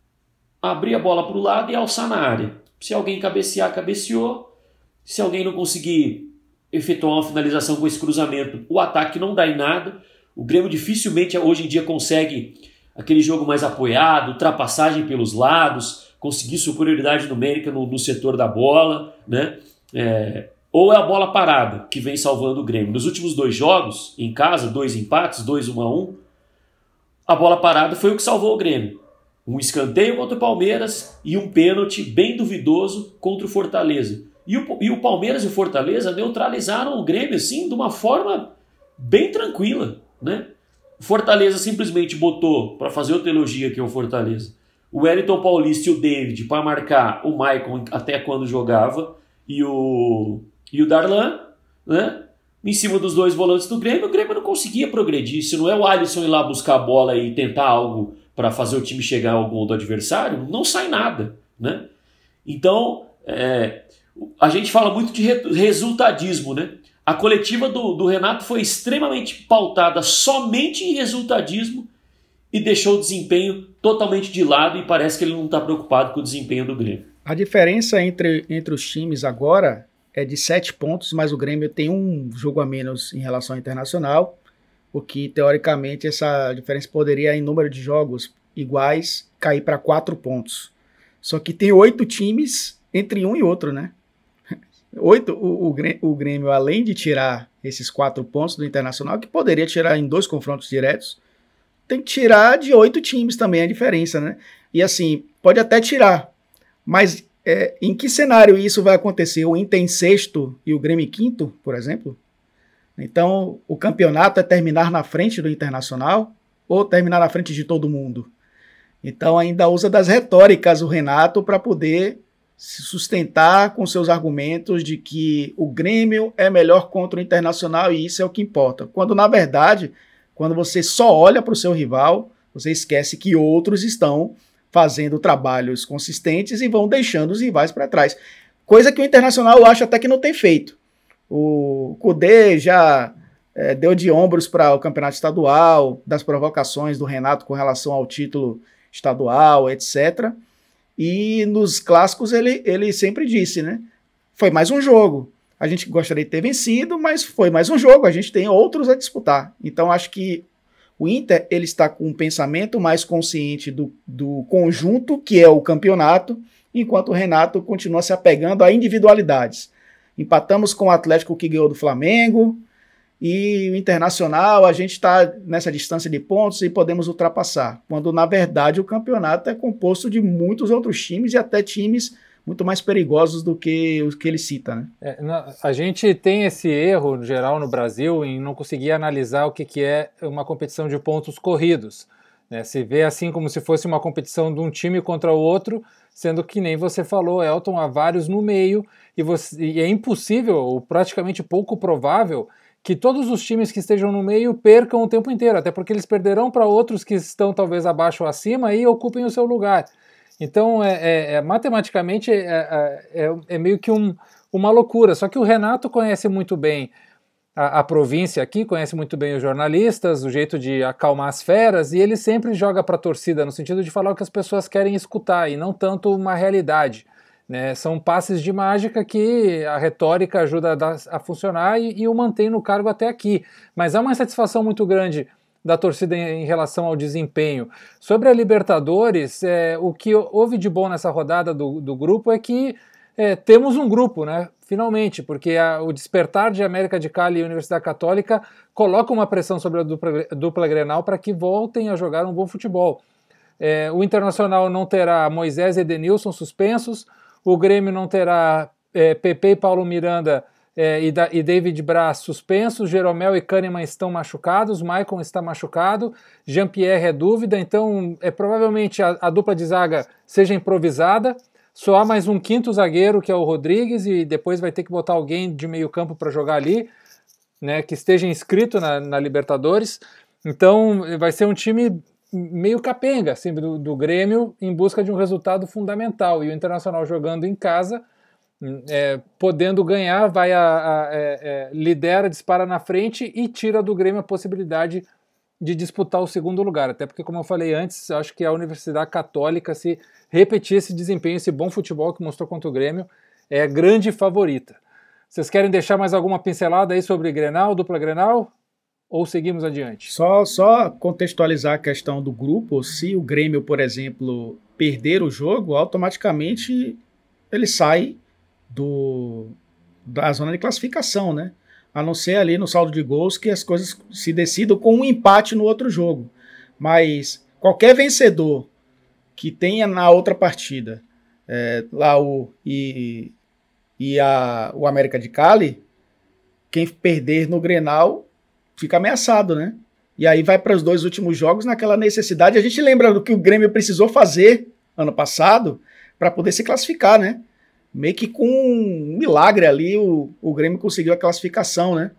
[SPEAKER 2] abrir a bola para o lado e alçar na área. Se alguém cabecear, cabeceou. Se alguém não conseguir efetuar uma finalização com esse cruzamento, o ataque não dá em nada. O Grêmio dificilmente hoje em dia consegue aquele jogo mais apoiado, ultrapassagem pelos lados, conseguir superioridade numérica no, no setor da bola, né? É, ou é a bola parada que vem salvando o Grêmio. Nos últimos dois jogos, em casa, dois empates, dois um a um, a bola parada foi o que salvou o Grêmio. Um escanteio contra o Palmeiras e um pênalti bem duvidoso contra o Fortaleza. E o, e o Palmeiras e o Fortaleza neutralizaram o Grêmio assim, de uma forma bem tranquila, né? O Fortaleza simplesmente botou, para fazer outra elogia que é o Fortaleza, o Wellington Paulista e o David para marcar o Maicon até quando jogava, e o, e o Darlan, né? Em cima dos dois volantes do Grêmio. O Grêmio não conseguia progredir. Se não é o Alisson ir lá buscar a bola e tentar algo para fazer o time chegar ao gol do adversário, não sai nada, né? Então, é, a gente fala muito de resultadismo, né? A coletiva do, do Renato foi extremamente pautada somente em resultadismo e deixou o desempenho totalmente de lado, e parece que ele não está preocupado com o desempenho do Grêmio.
[SPEAKER 3] A diferença entre, entre os times agora é de sete pontos, mas o Grêmio tem um jogo a menos em relação ao Internacional, o que, teoricamente, essa diferença poderia, em número de jogos iguais, cair para quatro pontos. Só que tem oito times entre um e outro, né? Oito, o, o, Grêmio, o Grêmio, além de tirar esses quatro pontos do Internacional, que poderia tirar em dois confrontos diretos, tem que tirar de oito times também a diferença, né? E assim, pode até tirar, mas é, em que cenário isso vai acontecer? O Inter em sexto e o Grêmio em quinto, por exemplo? Então, o campeonato é terminar na frente do Internacional ou terminar na frente de todo mundo? Então, ainda usa das retóricas o Renato para poder se sustentar com seus argumentos de que o Grêmio é melhor contra o Internacional e isso é o que importa. Quando, na verdade, quando você só olha para o seu rival, você esquece que outros estão fazendo trabalhos consistentes e vão deixando os rivais para trás. Coisa que o Internacional eu acho até que não tem feito. O Cudê já é, deu de ombros para o campeonato estadual, das provocações do Renato com relação ao título estadual, etcétera. E nos clássicos ele, ele sempre disse, né? Foi mais um jogo. A gente gostaria de ter vencido, mas foi mais um jogo. A gente tem outros a disputar. Então acho que o Inter ele está com um pensamento mais consciente do, do conjunto, que é o campeonato, enquanto o Renato continua se apegando a individualidades. Empatamos com o Atlético, que ganhou do Flamengo, e o Internacional, a gente está nessa distância de pontos e podemos ultrapassar, quando na verdade o campeonato é composto de muitos outros times e até times muito mais perigosos do que os que ele cita, né?
[SPEAKER 1] É, na, a gente tem esse erro, no geral, no Brasil, em não conseguir analisar o que, que é uma competição de pontos corridos, né? Se vê assim como se fosse uma competição de um time contra o outro, sendo que nem você falou, Elton, há vários no meio, e, você, e é impossível, ou praticamente pouco provável, que todos os times que estejam no meio percam o tempo inteiro, até porque eles perderão para outros que estão talvez abaixo ou acima e ocupem o seu lugar. Então, é, é, é, matematicamente, é, é, é meio que um, uma loucura. Só que o Renato conhece muito bem a, a província aqui, conhece muito bem os jornalistas, o jeito de acalmar as feras, e ele sempre joga para a torcida, no sentido de falar o que as pessoas querem escutar, e não tanto uma realidade. Né? São passes de mágica que a retórica ajuda a, dar, a funcionar e, e o mantém no cargo até aqui. Mas há uma insatisfação muito grande da torcida em, em relação ao desempenho. Sobre a Libertadores, é, o que houve de bom nessa rodada do, do grupo é que é, temos um grupo, né? Finalmente, porque a, o despertar de América de Cali e Universidade Católica coloca uma pressão sobre a dupla, dupla Grenal para que voltem a jogar um bom futebol. É, o Internacional não terá Moisés e Edenilson suspensos, o Grêmio não terá é, Pepe e Paulo Miranda É, e, da, e David Braz suspensos, Jeromel e Kahneman estão machucados, Maicon está machucado, Jean-Pierre é dúvida, então é, provavelmente a, a dupla de zaga seja improvisada, só há mais um quinto zagueiro que é o Rodrigues e depois vai ter que botar alguém de meio campo para jogar ali, né, que esteja inscrito na, na Libertadores, então vai ser um time meio capenga assim, do, do Grêmio em busca de um resultado fundamental, e o Internacional jogando em casa, É, podendo ganhar, vai a, a, é, é, lidera, dispara na frente e tira do Grêmio a possibilidade de disputar o segundo lugar, até porque, como eu falei antes, acho que a Universidade Católica, se repetir esse desempenho, esse bom futebol que mostrou contra o Grêmio, é a grande favorita. Vocês querem deixar mais alguma pincelada aí sobre Grenal, dupla Grenal? Ou seguimos adiante?
[SPEAKER 3] Só, só contextualizar a questão do grupo, se o Grêmio, por exemplo, perder o jogo, automaticamente ele sai Do, da zona de classificação, né? A não ser ali no saldo de gols que as coisas se decidam com um empate no outro jogo. Mas qualquer vencedor que tenha na outra partida é, lá o e, e a, o América de Cali, quem perder no Grenal fica ameaçado, né? E aí vai para os dois últimos jogos naquela necessidade. A gente lembra do que o Grêmio precisou fazer ano passado para poder se classificar, né? Meio que com um milagre ali, o, o Grêmio conseguiu a classificação, né?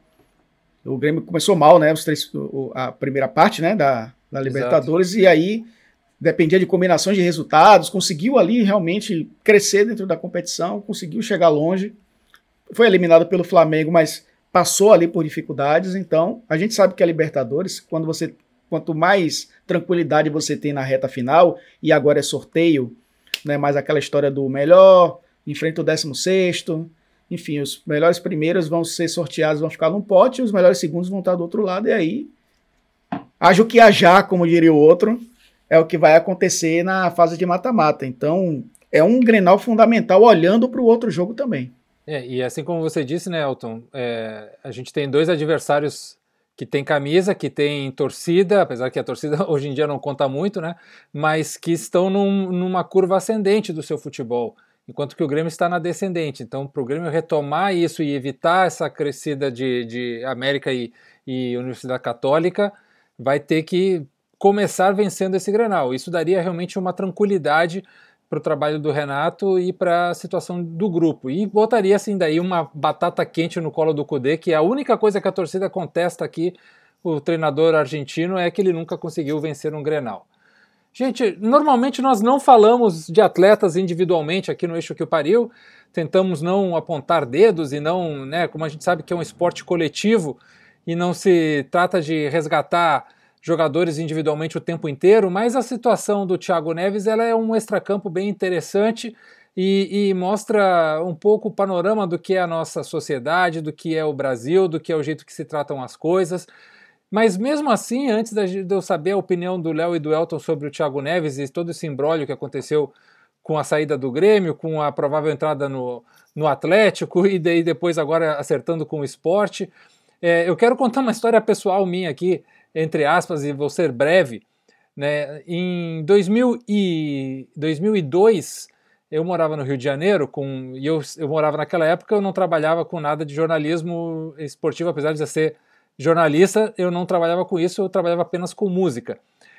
[SPEAKER 3] O Grêmio começou mal, né? Os três, o, a primeira parte, né? Da, da Libertadores, Exato. E aí dependia de combinações de resultados, conseguiu ali realmente crescer dentro da competição, conseguiu chegar longe, foi eliminado pelo Flamengo, mas passou ali por dificuldades. Então, a gente sabe que a Libertadores, quando você, quanto mais tranquilidade você tem na reta final, e agora é sorteio, né? Mais aquela história do melhor enfrenta o décimo sexto, enfim, os melhores primeiros vão ser sorteados, vão ficar num pote, e os melhores segundos vão estar do outro lado, e aí, haja o que haja, como diria o outro, é o que vai acontecer na fase de mata-mata. Então, é um Grenal fundamental, olhando para o outro jogo também.
[SPEAKER 1] É, e assim como você disse, né, Elton, é, a gente tem dois adversários que tem camisa, que tem torcida, apesar que a torcida hoje em dia não conta muito, né, mas que estão num, numa curva ascendente do seu futebol, enquanto que o Grêmio está na descendente. Então, para o Grêmio retomar isso e evitar essa crescida de, de América e, e Universidade Católica, vai ter que começar vencendo esse Grenal. Isso daria realmente uma tranquilidade para o trabalho do Renato e para a situação do grupo. E botaria, assim, daí uma batata quente no colo do Cudê, que é a única coisa que a torcida contesta aqui, o treinador argentino, é que ele nunca conseguiu vencer um Grenal. Gente, normalmente nós não falamos de atletas individualmente aqui no Eixo que o Pariu, tentamos não apontar dedos e não, né, como a gente sabe que é um esporte coletivo e não se trata de resgatar jogadores individualmente o tempo inteiro, mas a situação do Thiago Neves ela é um extracampo bem interessante e, e mostra um pouco o panorama do que é a nossa sociedade, do que é o Brasil, do que é o jeito que se tratam as coisas. Mas mesmo assim, antes de eu saber a opinião do Léo e do Elton sobre o Thiago Neves e todo esse imbróglio que aconteceu com a saída do Grêmio, com a provável entrada no, no Atlético e daí depois agora acertando com o Sport, é, eu quero contar uma história pessoal minha aqui, entre aspas, e vou ser breve. Né? Em dois mil e dois, eu morava no Rio de Janeiro, com, e eu, eu morava naquela época, eu não trabalhava com nada de jornalismo esportivo, apesar de ser jornalista, eu não trabalhava com isso, eu trabalhava apenas com música.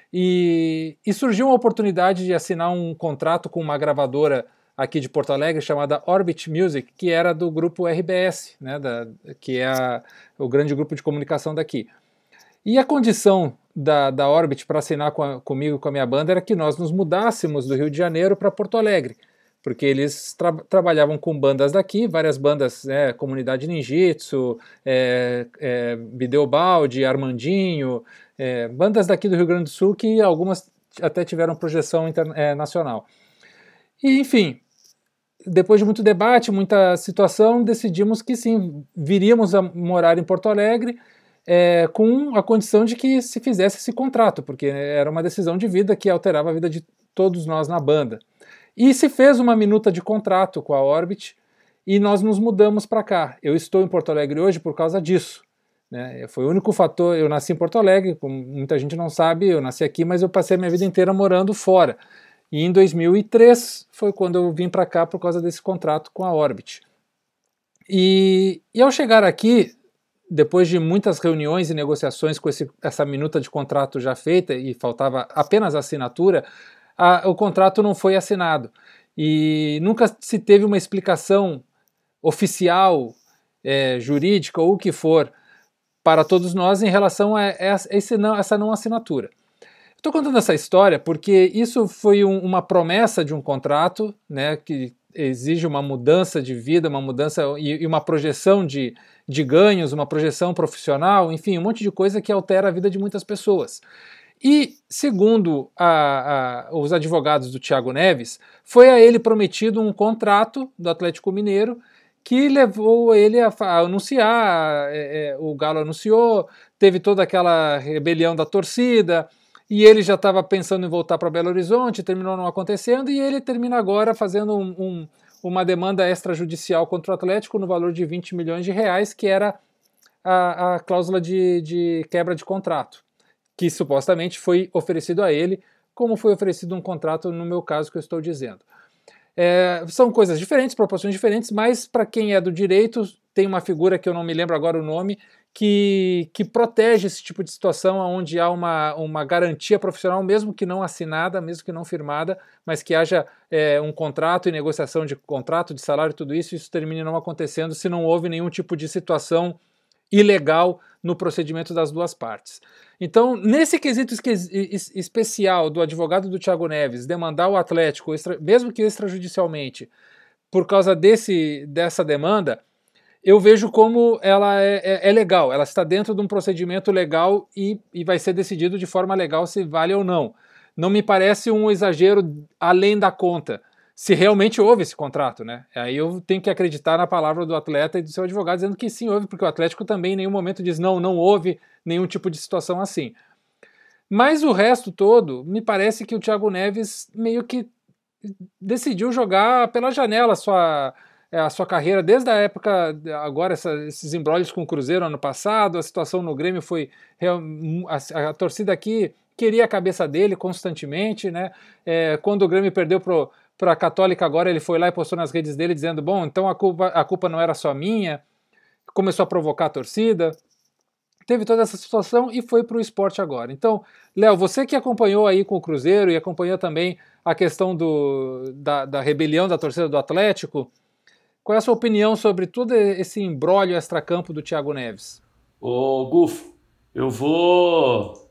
[SPEAKER 1] E, e surgiu uma oportunidade de assinar um contrato com uma gravadora aqui de Porto Alegre, chamada Orbit Music, que era do grupo R B S, né, da, que é a, o grande grupo de comunicação daqui. E a condição da, da Orbit para assinar com a, comigo e com a minha banda era que nós nos mudássemos do Rio de Janeiro para Porto Alegre, porque eles tra trabalhavam com bandas daqui, várias bandas, né, Comunidade Ninjitsu, é, é, Bideobaldi, Armandinho, é, bandas daqui do Rio Grande do Sul que algumas até tiveram projeção internacional. E, enfim, depois de muito debate, muita situação, decidimos que sim, viríamos a morar em Porto Alegre, é, com a condição de que se fizesse esse contrato, porque era uma decisão de vida que alterava a vida de todos nós na banda. E se fez uma minuta de contrato com a Orbit e nós nos mudamos para cá. Eu estou em Porto Alegre hoje por causa disso, né? Foi o único fator. Eu nasci em Porto Alegre, como muita gente não sabe, eu nasci aqui, mas eu passei a minha vida inteira morando fora. E em dois mil e três foi quando eu vim para cá por causa desse contrato com a Orbit. E, e ao chegar aqui, depois de muitas reuniões e negociações com esse, essa minuta de contrato já feita e faltava apenas a assinatura, a, o contrato não foi assinado. E nunca se teve uma explicação oficial, é, jurídica ou o que for, para todos nós em relação a, a, esse não, essa não assinatura. Estou contando essa história porque isso foi um, uma promessa de um contrato, né, que exige uma mudança de vida, uma mudança e, e uma projeção de, de ganhos, uma projeção profissional, enfim, um monte de coisa que altera a vida de muitas pessoas. E, segundo a, a, os advogados do Thiago Neves, foi a ele prometido um contrato do Atlético Mineiro que levou ele a, a anunciar, é, é, o Galo anunciou, teve toda aquela rebelião da torcida, e ele já estava pensando em voltar para Belo Horizonte, terminou não acontecendo, e ele termina agora fazendo um, um, uma demanda extrajudicial contra o Atlético no valor de vinte milhões de reais, que era a, a cláusula de, de quebra de contrato, que supostamente foi oferecido a ele, como foi oferecido um contrato no meu caso que eu estou dizendo. É, são coisas diferentes, proporções diferentes, mas para quem é do direito, tem uma figura que eu não me lembro agora o nome, que, que protege esse tipo de situação onde há uma, uma garantia profissional, mesmo que não assinada, mesmo que não firmada, mas que haja é, um contrato e negociação de contrato, de salário e tudo isso, isso termine não acontecendo se não houve nenhum tipo de situação ilegal no procedimento das duas partes. Então, nesse quesito especial do advogado do Thiago Neves demandar o Atlético, extra, mesmo que extrajudicialmente, por causa desse, dessa demanda, eu vejo como ela é, é, é legal, ela está dentro de um procedimento legal e, e vai ser decidido de forma legal se vale ou não. Não me parece um exagero além da conta, se realmente houve esse contrato, né? Aí eu tenho que acreditar na palavra do atleta e do seu advogado dizendo que sim, houve, porque o Atlético também em nenhum momento diz não, não houve nenhum tipo de situação assim. Mas o resto todo, me parece que o Thiago Neves meio que decidiu jogar pela janela a sua, a sua carreira, desde a época, agora essa, esses embrólios com o Cruzeiro ano passado, a situação no Grêmio foi, a, a torcida aqui queria a cabeça dele constantemente, né? É, quando o Grêmio perdeu pro para a Católica agora, ele foi lá e postou nas redes dele dizendo, bom, então a culpa, a culpa não era só minha, começou a provocar a torcida, teve toda essa situação e foi para o Sport agora. Então, Léo, você que acompanhou aí com o Cruzeiro e acompanhou também a questão do, da, da rebelião da torcida do Atlético, qual é a sua opinião sobre todo esse imbróglio extracampo do Thiago Neves?
[SPEAKER 2] Ô, Gufo, eu vou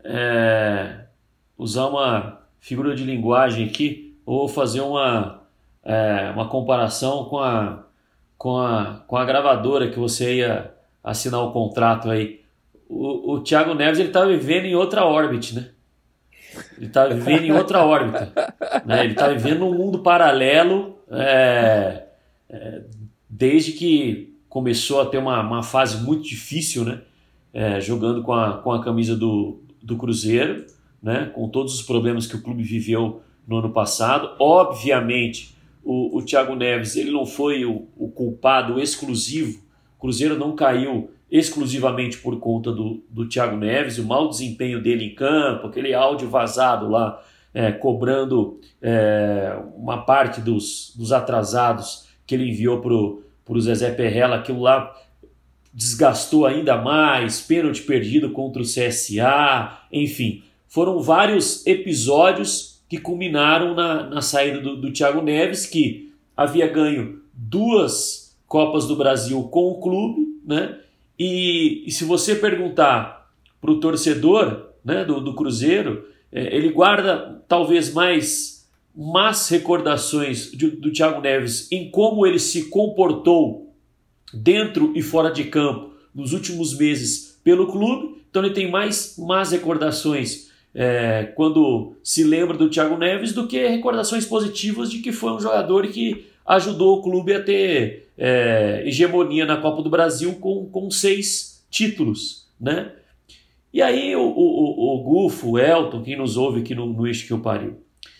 [SPEAKER 2] é, usar uma figura de linguagem aqui, ou fazer uma, é, uma comparação com a, com, a, com a gravadora que você ia assinar o contrato aí. O, o Thiago Neves está vivendo em outra órbita, né? Ele está vivendo em outra órbita. Né? Ele está vivendo num mundo paralelo é, é, desde que começou a ter uma, uma fase muito difícil, né? É, jogando com a, com a camisa do, do Cruzeiro, né? Com todos os problemas que o clube viveu no ano passado. Obviamente, o, o Thiago Neves ele não foi o, o culpado exclusivo. O Cruzeiro não caiu exclusivamente por conta do, do Thiago Neves, o mau desempenho dele em campo, aquele áudio vazado lá, é, cobrando é, uma parte dos, dos atrasados que ele enviou para o Zezé Perrella, aquilo lá desgastou ainda mais, pênalti perdido contra o C S A, enfim, foram vários episódios que culminaram na, na saída do, do Thiago Neves, que havia ganho duas Copas do Brasil com o clube, né? E, e se você perguntar para o torcedor, né, do, do Cruzeiro, é, ele guarda talvez mais más recordações de, do Thiago Neves em como ele se comportou dentro e fora de campo nos últimos meses pelo clube. Então ele tem mais más recordações é, quando se lembra do Thiago Neves do que recordações positivas de que foi um jogador que ajudou o clube a ter é, hegemonia na Copa do Brasil com, com seis títulos, né? E aí o, o, o Gufo, o Elton, quem nos ouve aqui no, no Eixo que eu pariu,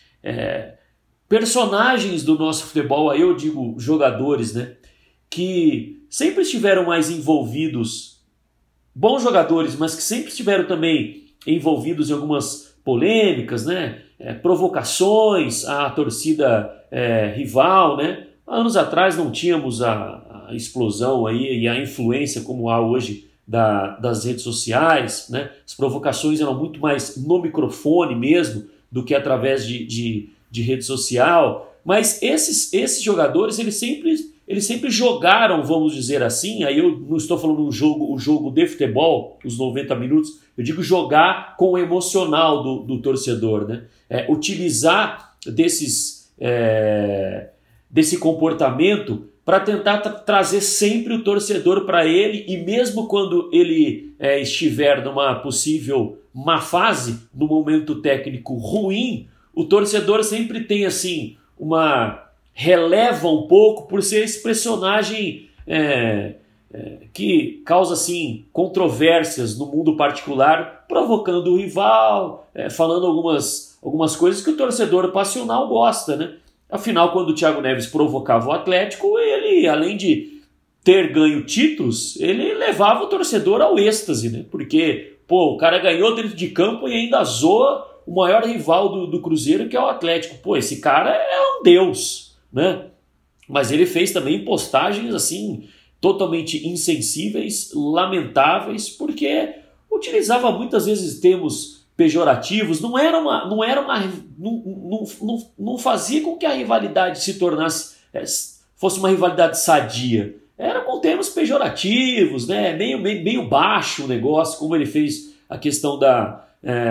[SPEAKER 2] é, personagens do nosso futebol, aí eu digo jogadores, né, que sempre estiveram mais envolvidos, bons jogadores, mas que sempre estiveram também envolvidos em algumas polêmicas, né, é, provocações à torcida é, rival, né. Anos atrás não tínhamos a, a explosão aí e a influência como há hoje da, das redes sociais, né. As provocações eram muito mais no microfone mesmo do que através de, de, de rede social, mas esses, esses jogadores eles sempre, eles sempre jogaram, vamos dizer assim, aí eu não estou falando um jogo, o jogo de futebol, os noventa minutos, eu digo jogar com o emocional do, do torcedor, né? É, utilizar desses, é, desse comportamento para tentar tra- trazer sempre o torcedor para ele, e mesmo quando ele é, estiver numa possível má fase, num momento técnico ruim, o torcedor sempre tem assim uma releva um pouco por ser esse personagem é, é, que causa assim controvérsias no mundo particular, provocando o rival, é, falando algumas, algumas coisas que o torcedor passional gosta, né? Afinal, quando o Thiago Neves provocava o Atlético, ele, além de ter ganho títulos, ele levava o torcedor ao êxtase, né? Porque, pô, o cara ganhou dentro de campo e ainda zoa o maior rival do, do Cruzeiro, que é o Atlético. Pô, esse cara é um deus, né? Mas ele fez também postagens, assim, totalmente insensíveis, lamentáveis, porque utilizava muitas vezes termos pejorativos, não era uma, não era uma, não, não, não, não fazia com que a rivalidade se tornasse, fosse uma rivalidade sadia, era com termos pejorativos, né, meio, meio, meio baixo o negócio, como ele fez a questão da,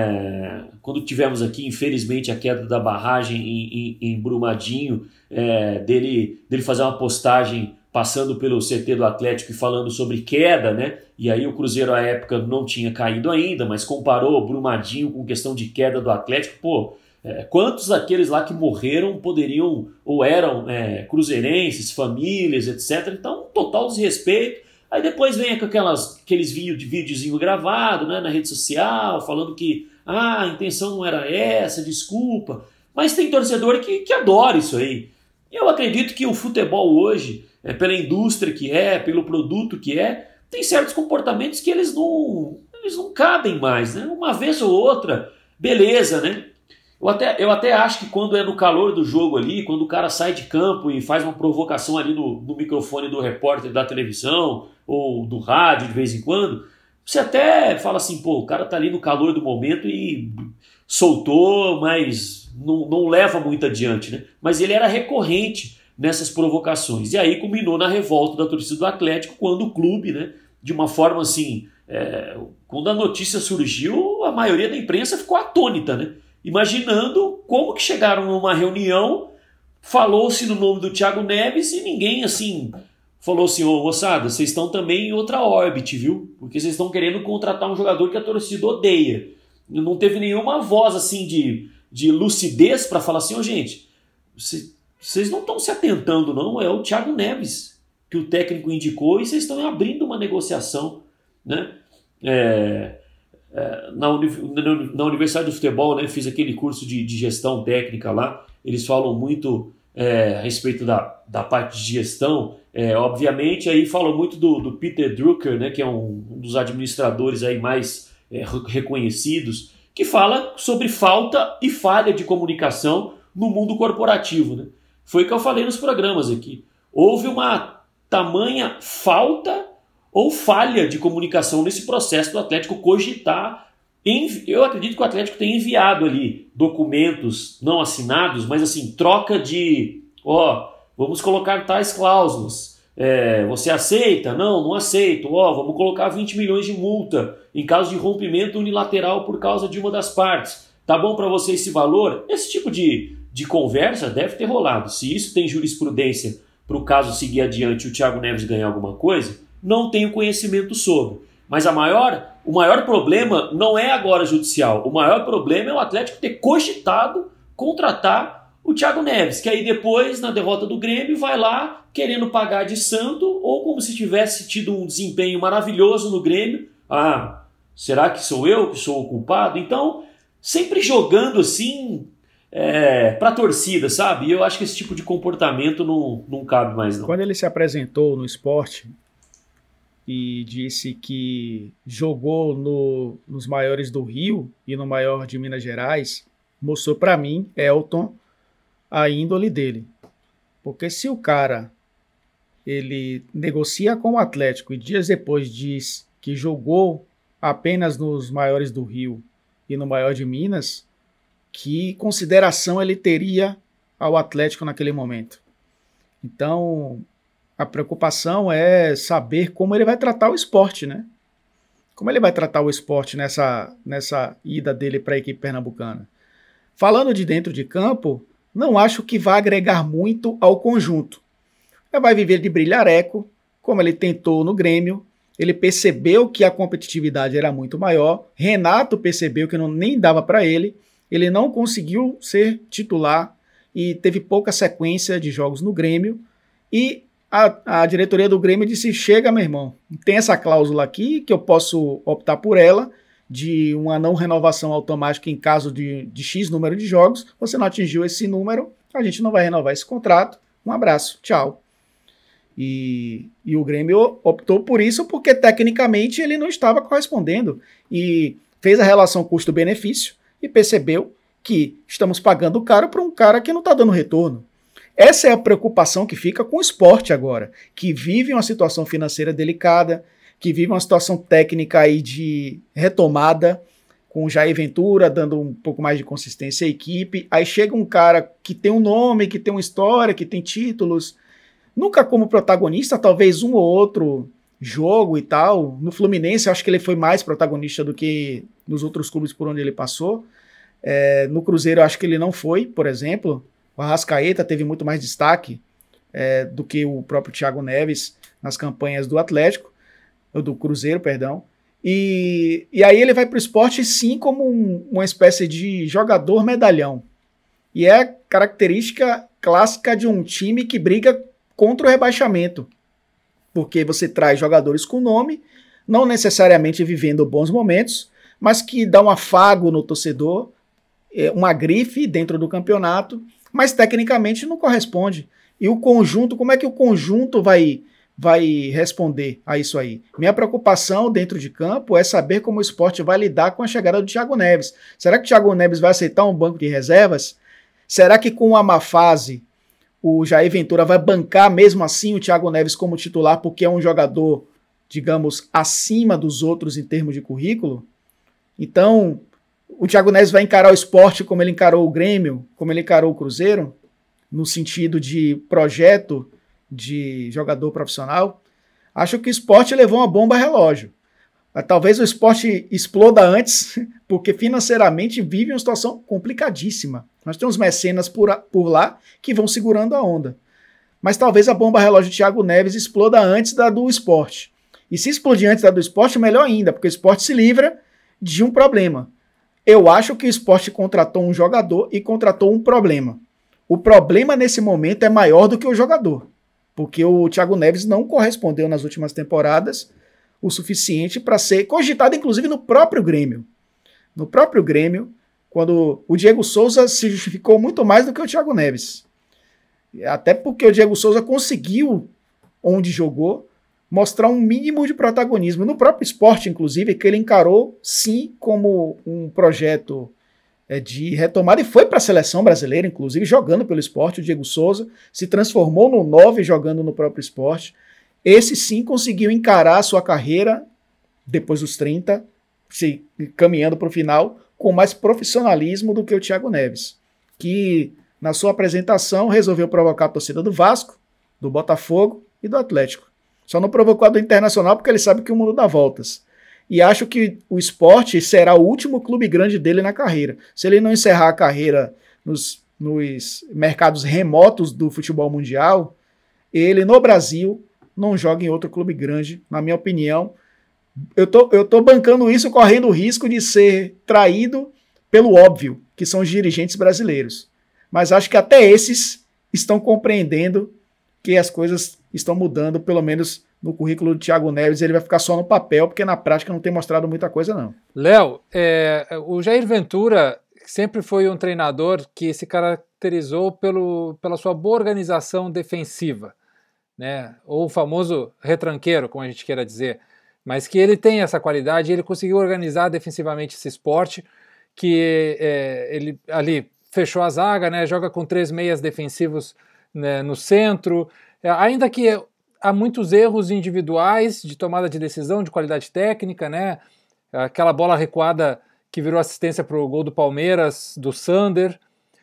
[SPEAKER 2] é, quando tivemos aqui, infelizmente, a queda da barragem em, em, em Brumadinho, é, dele, dele fazer uma postagem passando pelo C T do Atlético e falando sobre queda, né? E aí o Cruzeiro à época não tinha caído ainda, mas comparou Brumadinho com questão de queda do Atlético. Pô, é, quantos daqueles lá que morreram poderiam ou eram é, cruzeirenses, famílias, etcétera. Então, total desrespeito. Aí depois vem com aquelas, aqueles vídeos, videozinho gravado, né, na rede social, falando que ah, a intenção não era essa, desculpa. Mas tem torcedor que, que adora isso aí. Eu acredito que o futebol hoje, é, pela indústria que é, pelo produto que é, tem certos comportamentos que eles não, eles não cabem mais, né? Uma vez ou outra, beleza, né? Eu até, eu até acho que quando é no calor do jogo ali, quando o cara sai de campo e faz uma provocação ali no, no microfone do repórter da televisão ou do rádio de vez em quando, você até fala assim, pô, o cara tá ali no calor do momento e soltou, mas não, não leva muito adiante, né? Mas ele era recorrente nessas provocações. E aí culminou na revolta da torcida do Atlético, quando o clube, né, de uma forma assim, é, quando a notícia surgiu, a maioria da imprensa ficou atônita, né? Imaginando como que chegaram numa reunião, falou-se no nome do Thiago Neves e ninguém assim falou assim, ô moçada, vocês estão também em outra órbita, viu? Porque vocês estão querendo contratar um jogador que a torcida odeia. Não teve nenhuma voz assim de, de lucidez para falar assim, ô gente, vocês Vocês não estão se atentando, não. É o Thiago Neves que o técnico indicou e vocês estão abrindo uma negociação, né? É, é, na, uni, na Universidade do Futebol, né, fiz aquele curso de, de gestão técnica lá. Eles falam muito é, a respeito da, da parte de gestão. É, obviamente, aí falam muito do, do Peter Drucker, né, que é um, um dos administradores aí mais é, reconhecidos, que fala sobre falta e falha de comunicação no mundo corporativo, né? Foi o que eu falei nos programas aqui. Houve uma tamanha falta ou falha de comunicação nesse processo do Atlético cogitar. Eu acredito que o Atlético tem enviado ali documentos não assinados, mas assim, troca de, ó, vamos colocar tais cláusulas. É, você aceita? Não, não aceito. Ó, vamos colocar vinte milhões de multa em caso de rompimento unilateral por causa de uma das partes. Tá bom para você esse valor? Esse tipo de, de conversa deve ter rolado. Se isso tem jurisprudência para o caso seguir adiante e o Thiago Neves ganhar alguma coisa, não tenho conhecimento sobre. Mas a maior, o maior problema não é agora judicial. O maior problema é o Atlético ter cogitado contratar o Thiago Neves, que aí depois, na derrota do Grêmio, vai lá querendo pagar de santo, ou como se tivesse tido um desempenho maravilhoso no Grêmio. Ah, será que sou eu que sou o culpado? Então, sempre jogando assim é, para a torcida, sabe? E eu acho que esse tipo de comportamento não, não cabe mais, não.
[SPEAKER 3] Quando ele se apresentou no esporte e disse que jogou no, nos maiores do Rio e no maior de Minas Gerais, mostrou para mim, Elton, a índole dele. Porque se o cara ele negocia com o Atlético e dias depois diz que jogou apenas nos maiores do Rio e no maior de Minas, que consideração ele teria ao Atlético naquele momento? Então, a preocupação é saber como ele vai tratar o esporte, né? Como ele vai tratar o esporte nessa, nessa ida dele para a equipe pernambucana. Falando de dentro de campo, não acho que vai agregar muito ao conjunto. Ele vai viver de brilhareco, como ele tentou no Grêmio. Ele percebeu que a competitividade era muito maior. Renato percebeu que não, nem dava para ele. Ele não conseguiu ser titular e teve pouca sequência de jogos no Grêmio. E a, a diretoria do Grêmio disse: chega, meu irmão, tem essa cláusula aqui que eu posso optar por ela, de uma não renovação automática em caso de, de X número de jogos. Você não atingiu esse número, a gente não vai renovar esse contrato. Um abraço, tchau. E, e o Grêmio optou por isso porque tecnicamente ele não estava correspondendo e fez a relação custo-benefício e percebeu que estamos pagando caro para um cara que não está dando retorno. Essa é a preocupação que fica com o esporte agora, que vive uma situação financeira delicada, que vive uma situação técnica aí de retomada, com o Jair Ventura dando um pouco mais de consistência à equipe. Aí chega um cara que tem um nome, que tem uma história, que tem títulos, nunca como protagonista, talvez um ou outro jogo e tal. No Fluminense, eu acho que ele foi mais protagonista do que nos outros clubes por onde ele passou. É, no Cruzeiro, eu acho que ele não foi, por exemplo. O Arrascaeta teve muito mais destaque é, do que o próprio Thiago Neves nas campanhas do Atlético, do Cruzeiro, perdão. E, e aí ele vai para o esporte, sim, como um, uma espécie de jogador medalhão. E é a característica clássica de um time que briga contra o rebaixamento, porque você traz jogadores com nome, não necessariamente vivendo bons momentos, mas que dá um afago no torcedor, uma grife dentro do campeonato, mas tecnicamente não corresponde. E o conjunto, como é que o conjunto vai, vai responder a isso aí? Minha preocupação dentro de campo é saber como o esporte vai lidar com a chegada do Thiago Neves. Será que o Thiago Neves vai aceitar um banco de reservas? Será que com uma má fase o Jair Ventura vai bancar mesmo assim o Thiago Neves como titular porque é um jogador, digamos, acima dos outros em termos de currículo? Então, o Thiago Neves vai encarar o esporte como ele encarou o Grêmio, como ele encarou o Cruzeiro, no sentido de projeto de jogador profissional? Acho que o esporte levou uma bomba relógio. Talvez o esporte exploda antes, porque financeiramente vive uma situação complicadíssima. Nós temos mecenas por, por lá que vão segurando a onda. Mas talvez a bomba relógio de Thiago Neves exploda antes da do esporte. E se explodir antes da do esporte, melhor ainda, porque o esporte se livra de um problema. Eu acho que o esporte contratou um jogador e contratou um problema. O problema nesse momento é maior do que o jogador, porque o Thiago Neves não correspondeu nas últimas temporadas o suficiente para ser cogitado, inclusive, no próprio Grêmio. No próprio Grêmio, quando o Diego Souza se justificou muito mais do que o Thiago Neves. Até porque o Diego Souza conseguiu, onde jogou, mostrar um mínimo de protagonismo. No próprio esporte, inclusive, que ele encarou, sim, como um projeto é, de retomada e foi para a seleção brasileira, inclusive, jogando pelo esporte. O Diego Souza se transformou no nove jogando no próprio esporte. Esse sim conseguiu encarar a sua carreira, depois dos trinta, se, caminhando para o final, com mais profissionalismo do que o Thiago Neves, que na sua apresentação resolveu provocar a torcida do Vasco, do Botafogo e do Atlético. Só não provocou a do Internacional porque ele sabe que o mundo dá voltas. e acho que o Sport será o último clube grande dele na carreira. Se ele não encerrar a carreira nos, nos mercados remotos do futebol mundial, ele no Brasil não joga em outro clube grande, na minha opinião. Eu tô, eu tô bancando isso correndo o risco de ser traído pelo óbvio, que são os dirigentes brasileiros. Mas acho que até esses estão compreendendo que as coisas estão mudando, pelo menos no currículo do Thiago Neves, ele vai ficar só no papel, porque na prática não tem mostrado muita coisa, não.
[SPEAKER 1] Léo, é, o Jair Ventura sempre foi um treinador que se caracterizou pelo, pela sua boa organização defensiva, né? Ou o famoso retranqueiro, como a gente queira dizer, mas que ele tem essa qualidade, ele conseguiu organizar defensivamente esse esporte, que é, ele ali fechou a zaga, né? Joga com três meias defensivos, né, no centro, é, ainda que há muitos erros individuais de tomada de decisão, de qualidade técnica, né? Aquela bola recuada que virou assistência para o gol do Palmeiras, do Sander,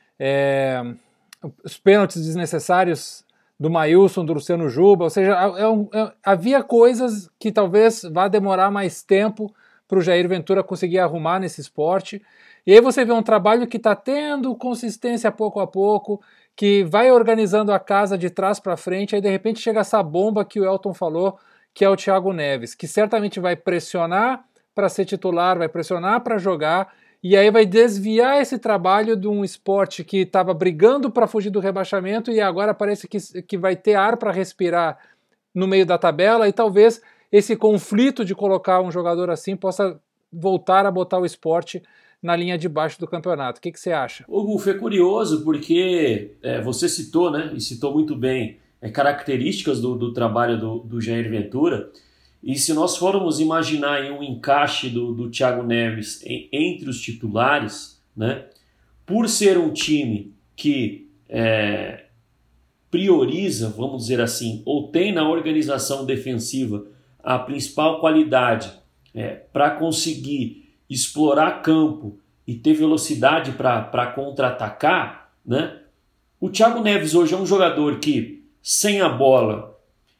[SPEAKER 1] é, os pênaltis desnecessários do Maílson, do Luciano Juba, ou seja, é um, é, havia coisas que talvez vá demorar mais tempo para o Jair Ventura conseguir arrumar nesse esporte. E aí você vê um trabalho que está tendo consistência pouco a pouco, que vai organizando a casa de trás para frente, aí de repente chega essa bomba que o Elton falou, que é o Thiago Neves, que certamente vai pressionar para ser titular, vai pressionar para jogar, e aí vai desviar esse trabalho de um esporte que estava brigando para fugir do rebaixamento e agora parece que, que vai ter ar para respirar no meio da tabela, e talvez esse conflito de colocar um jogador assim possa voltar a botar o esporte na linha de baixo do campeonato. O que, que você acha?
[SPEAKER 2] Ô, Gufo, é curioso porque é, você citou, né, e citou muito bem, é, características do, do trabalho do, do Jair Ventura, e se nós formos imaginar aí um encaixe do, do Thiago Neves em, entre os titulares, né, por ser um time que é, prioriza, vamos dizer assim, ou tem na organização defensiva a principal qualidade é, para conseguir explorar campo e ter velocidade para contra-atacar, né? O Thiago Neves hoje é um jogador que, sem a bola,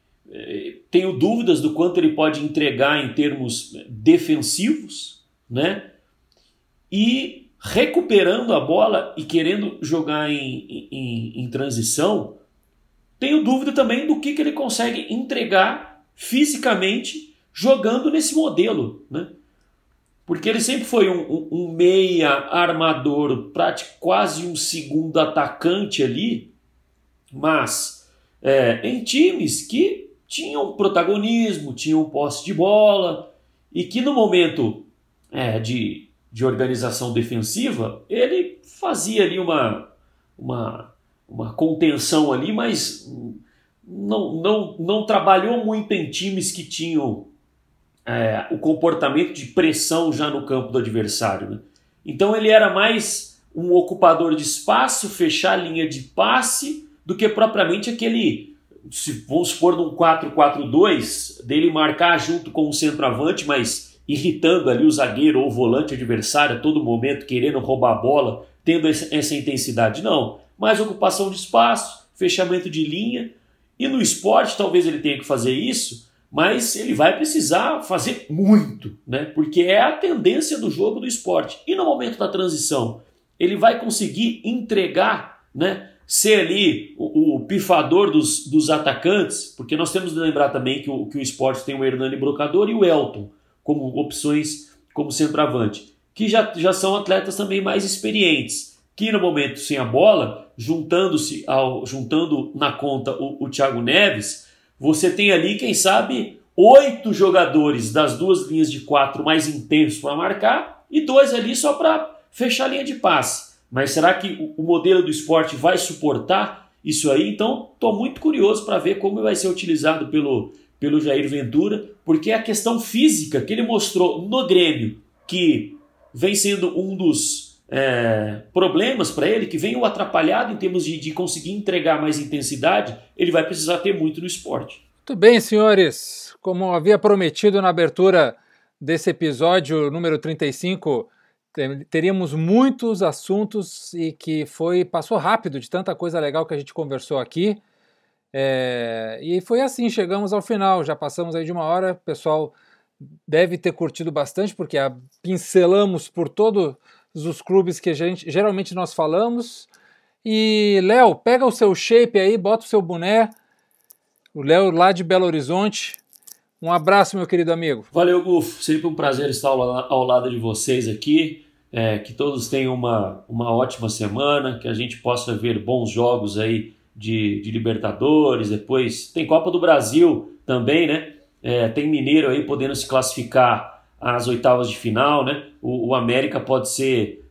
[SPEAKER 2] é, tenho dúvidas do quanto ele pode entregar em termos defensivos, né? E recuperando a bola e querendo jogar em, em, em transição, tenho dúvida também do que, que ele consegue entregar fisicamente jogando nesse modelo, né? Porque ele sempre foi um, um, um meia armador, prático, quase um segundo atacante ali, mas é, em times que tinham protagonismo, tinham posse de bola, e que no momento é, de, de organização defensiva, ele fazia ali uma, uma, uma contenção ali, mas não, não, não trabalhou muito em times que tinham É, o comportamento de pressão já no campo do adversário, né? Então ele era mais um ocupador de espaço, fechar a linha de passe, do que propriamente aquele, se vamos supor num quatro quatro dois, dele marcar junto com o centroavante, mas irritando ali o zagueiro ou o volante adversário a todo momento, querendo roubar a bola, tendo essa intensidade. Não, mais ocupação de espaço, fechamento de linha, e no esporte talvez ele tenha que fazer isso, mas ele vai precisar fazer muito, né? Porque é a tendência do jogo do esporte. E no momento da transição, ele vai conseguir entregar, né? Ser ali o, o pifador dos, dos atacantes, porque nós temos de lembrar também que o, que o esporte tem o Hernani Brocador e o Elton como opções como centroavante, que já, já são atletas também mais experientes, que no momento sem a bola, juntando-se ao, juntando na conta o, o Thiago Neves, você tem ali, quem sabe, oito jogadores das duas linhas de quatro mais intensos para marcar e dois ali só para fechar a linha de passe. Mas será que o modelo do esporte vai suportar isso aí? Então, estou muito curioso para ver como vai ser utilizado pelo, pelo Jair Ventura, porque a questão física que ele mostrou no Grêmio, que vem sendo um dos é, problemas para ele, que vem o atrapalhado em termos de, de conseguir entregar mais intensidade, ele vai precisar ter muito no esporte.
[SPEAKER 1] Muito bem, senhores. Como havia prometido na abertura desse episódio número trinta e cinco, teríamos muitos assuntos e que foi passou rápido de tanta coisa legal que a gente conversou aqui. É, e foi assim, chegamos ao final, já passamos aí de uma hora, o pessoal deve ter curtido bastante, porque a, pincelamos por todos os clubes que a gente, geralmente nós falamos. E, Léo, pega o seu shape aí, bota o seu boné. O Léo lá de Belo Horizonte. Um abraço, meu querido amigo.
[SPEAKER 2] Valeu, Gufo. Sempre um prazer estar ao, ao lado de vocês aqui. É, que todos tenham uma, uma ótima semana, que a gente possa ver bons jogos aí de, de Libertadores. Depois tem Copa do Brasil também, né? É, tem Mineiro aí podendo se classificar às oitavas de final, né? O, o América pode ser...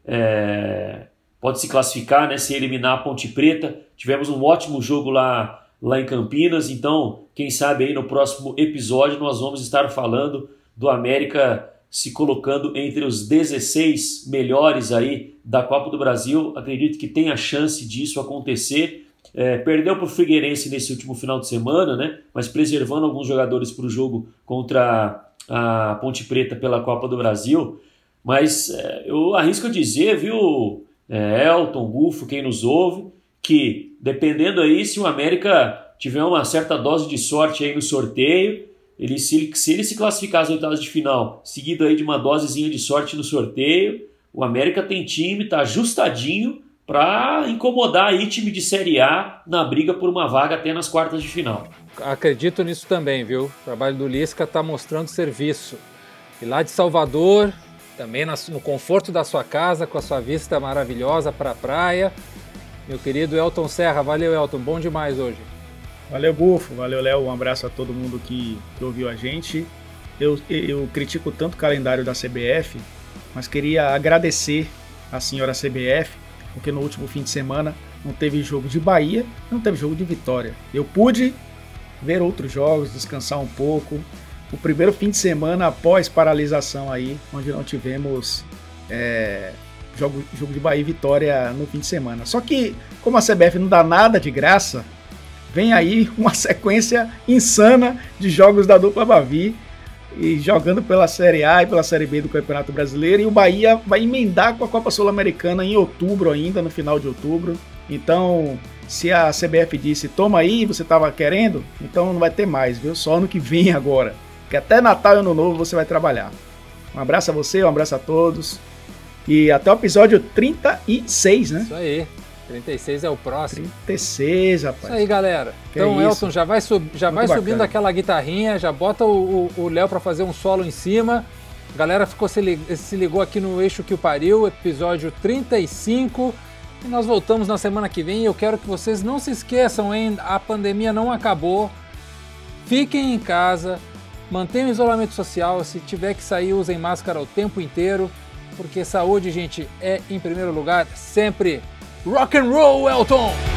[SPEAKER 2] É, pode se classificar, né? Se eliminar a Ponte Preta. Tivemos um ótimo jogo lá, lá em Campinas, então quem sabe aí no próximo episódio nós vamos estar falando do América se colocando entre os dezesseis melhores aí da Copa do Brasil. Acredito que tem a chance disso acontecer. É, perdeu para o Figueirense nesse último final de semana, né? Mas preservando alguns jogadores para o jogo contra a Ponte Preta pela Copa do Brasil. Mas é, eu arrisco dizer, viu, é, Elton, Gufo, quem nos ouve, que dependendo aí, se o América tiver uma certa dose de sorte aí no sorteio, ele, se, se ele se classificar às oitavas de final, seguido aí de uma dosezinha de sorte no sorteio, o América tem time, tá ajustadinho para incomodar aí time de Série A na briga por uma vaga até nas quartas de final.
[SPEAKER 1] Acredito nisso também, viu? O trabalho do Lisca tá mostrando serviço. E lá de Salvador, também no conforto da sua casa, com a sua vista maravilhosa para a praia. Meu querido Elton Serra, valeu Elton, bom demais hoje.
[SPEAKER 3] Valeu, Gufo, valeu, Léo, um abraço a todo mundo que, que ouviu a gente. Eu, eu critico tanto o calendário da C B F, mas queria agradecer a senhora C B F, porque no último fim de semana não teve jogo de Bahia, não teve jogo de Vitória. Eu pude ver outros jogos, descansar um pouco. O primeiro fim de semana após paralisação aí, onde não tivemos é, jogo, jogo de Bahia e Vitória no fim de semana. Só que, como a C B F não dá nada de graça, vem aí uma sequência insana de jogos da dupla Bavi, e jogando pela Série A e pela Série B do Campeonato Brasileiro, e o Bahia vai emendar com a Copa Sul-Americana em outubro ainda, no final de outubro. Então, se a C B F disse, toma aí, você estava querendo, então não vai ter mais, viu? Só ano que vem agora, que até Natal e Ano Novo você vai trabalhar. Um abraço a você, um abraço a todos, e até o episódio trinta e seis, né?
[SPEAKER 1] Isso aí. trinta e seis é o próximo.
[SPEAKER 3] trinta e seis, rapaz.
[SPEAKER 1] Isso aí, galera.
[SPEAKER 3] Que
[SPEAKER 1] então,
[SPEAKER 3] é
[SPEAKER 1] Elton, já vai, sub, já vai subindo
[SPEAKER 3] bacana.
[SPEAKER 1] aquela guitarrinha, já bota o Léo para fazer um solo em cima. A galera ficou, se, lig, se ligou aqui no Eixo que o Pariu, episódio trinta e cinco. E nós voltamos na semana que vem. E eu quero que vocês não se esqueçam, hein? A pandemia não acabou. Fiquem em casa, mantenham o isolamento social. Se tiver que sair, usem máscara o tempo inteiro. Porque saúde, gente, é em primeiro lugar sempre. Rock and roll, Elton!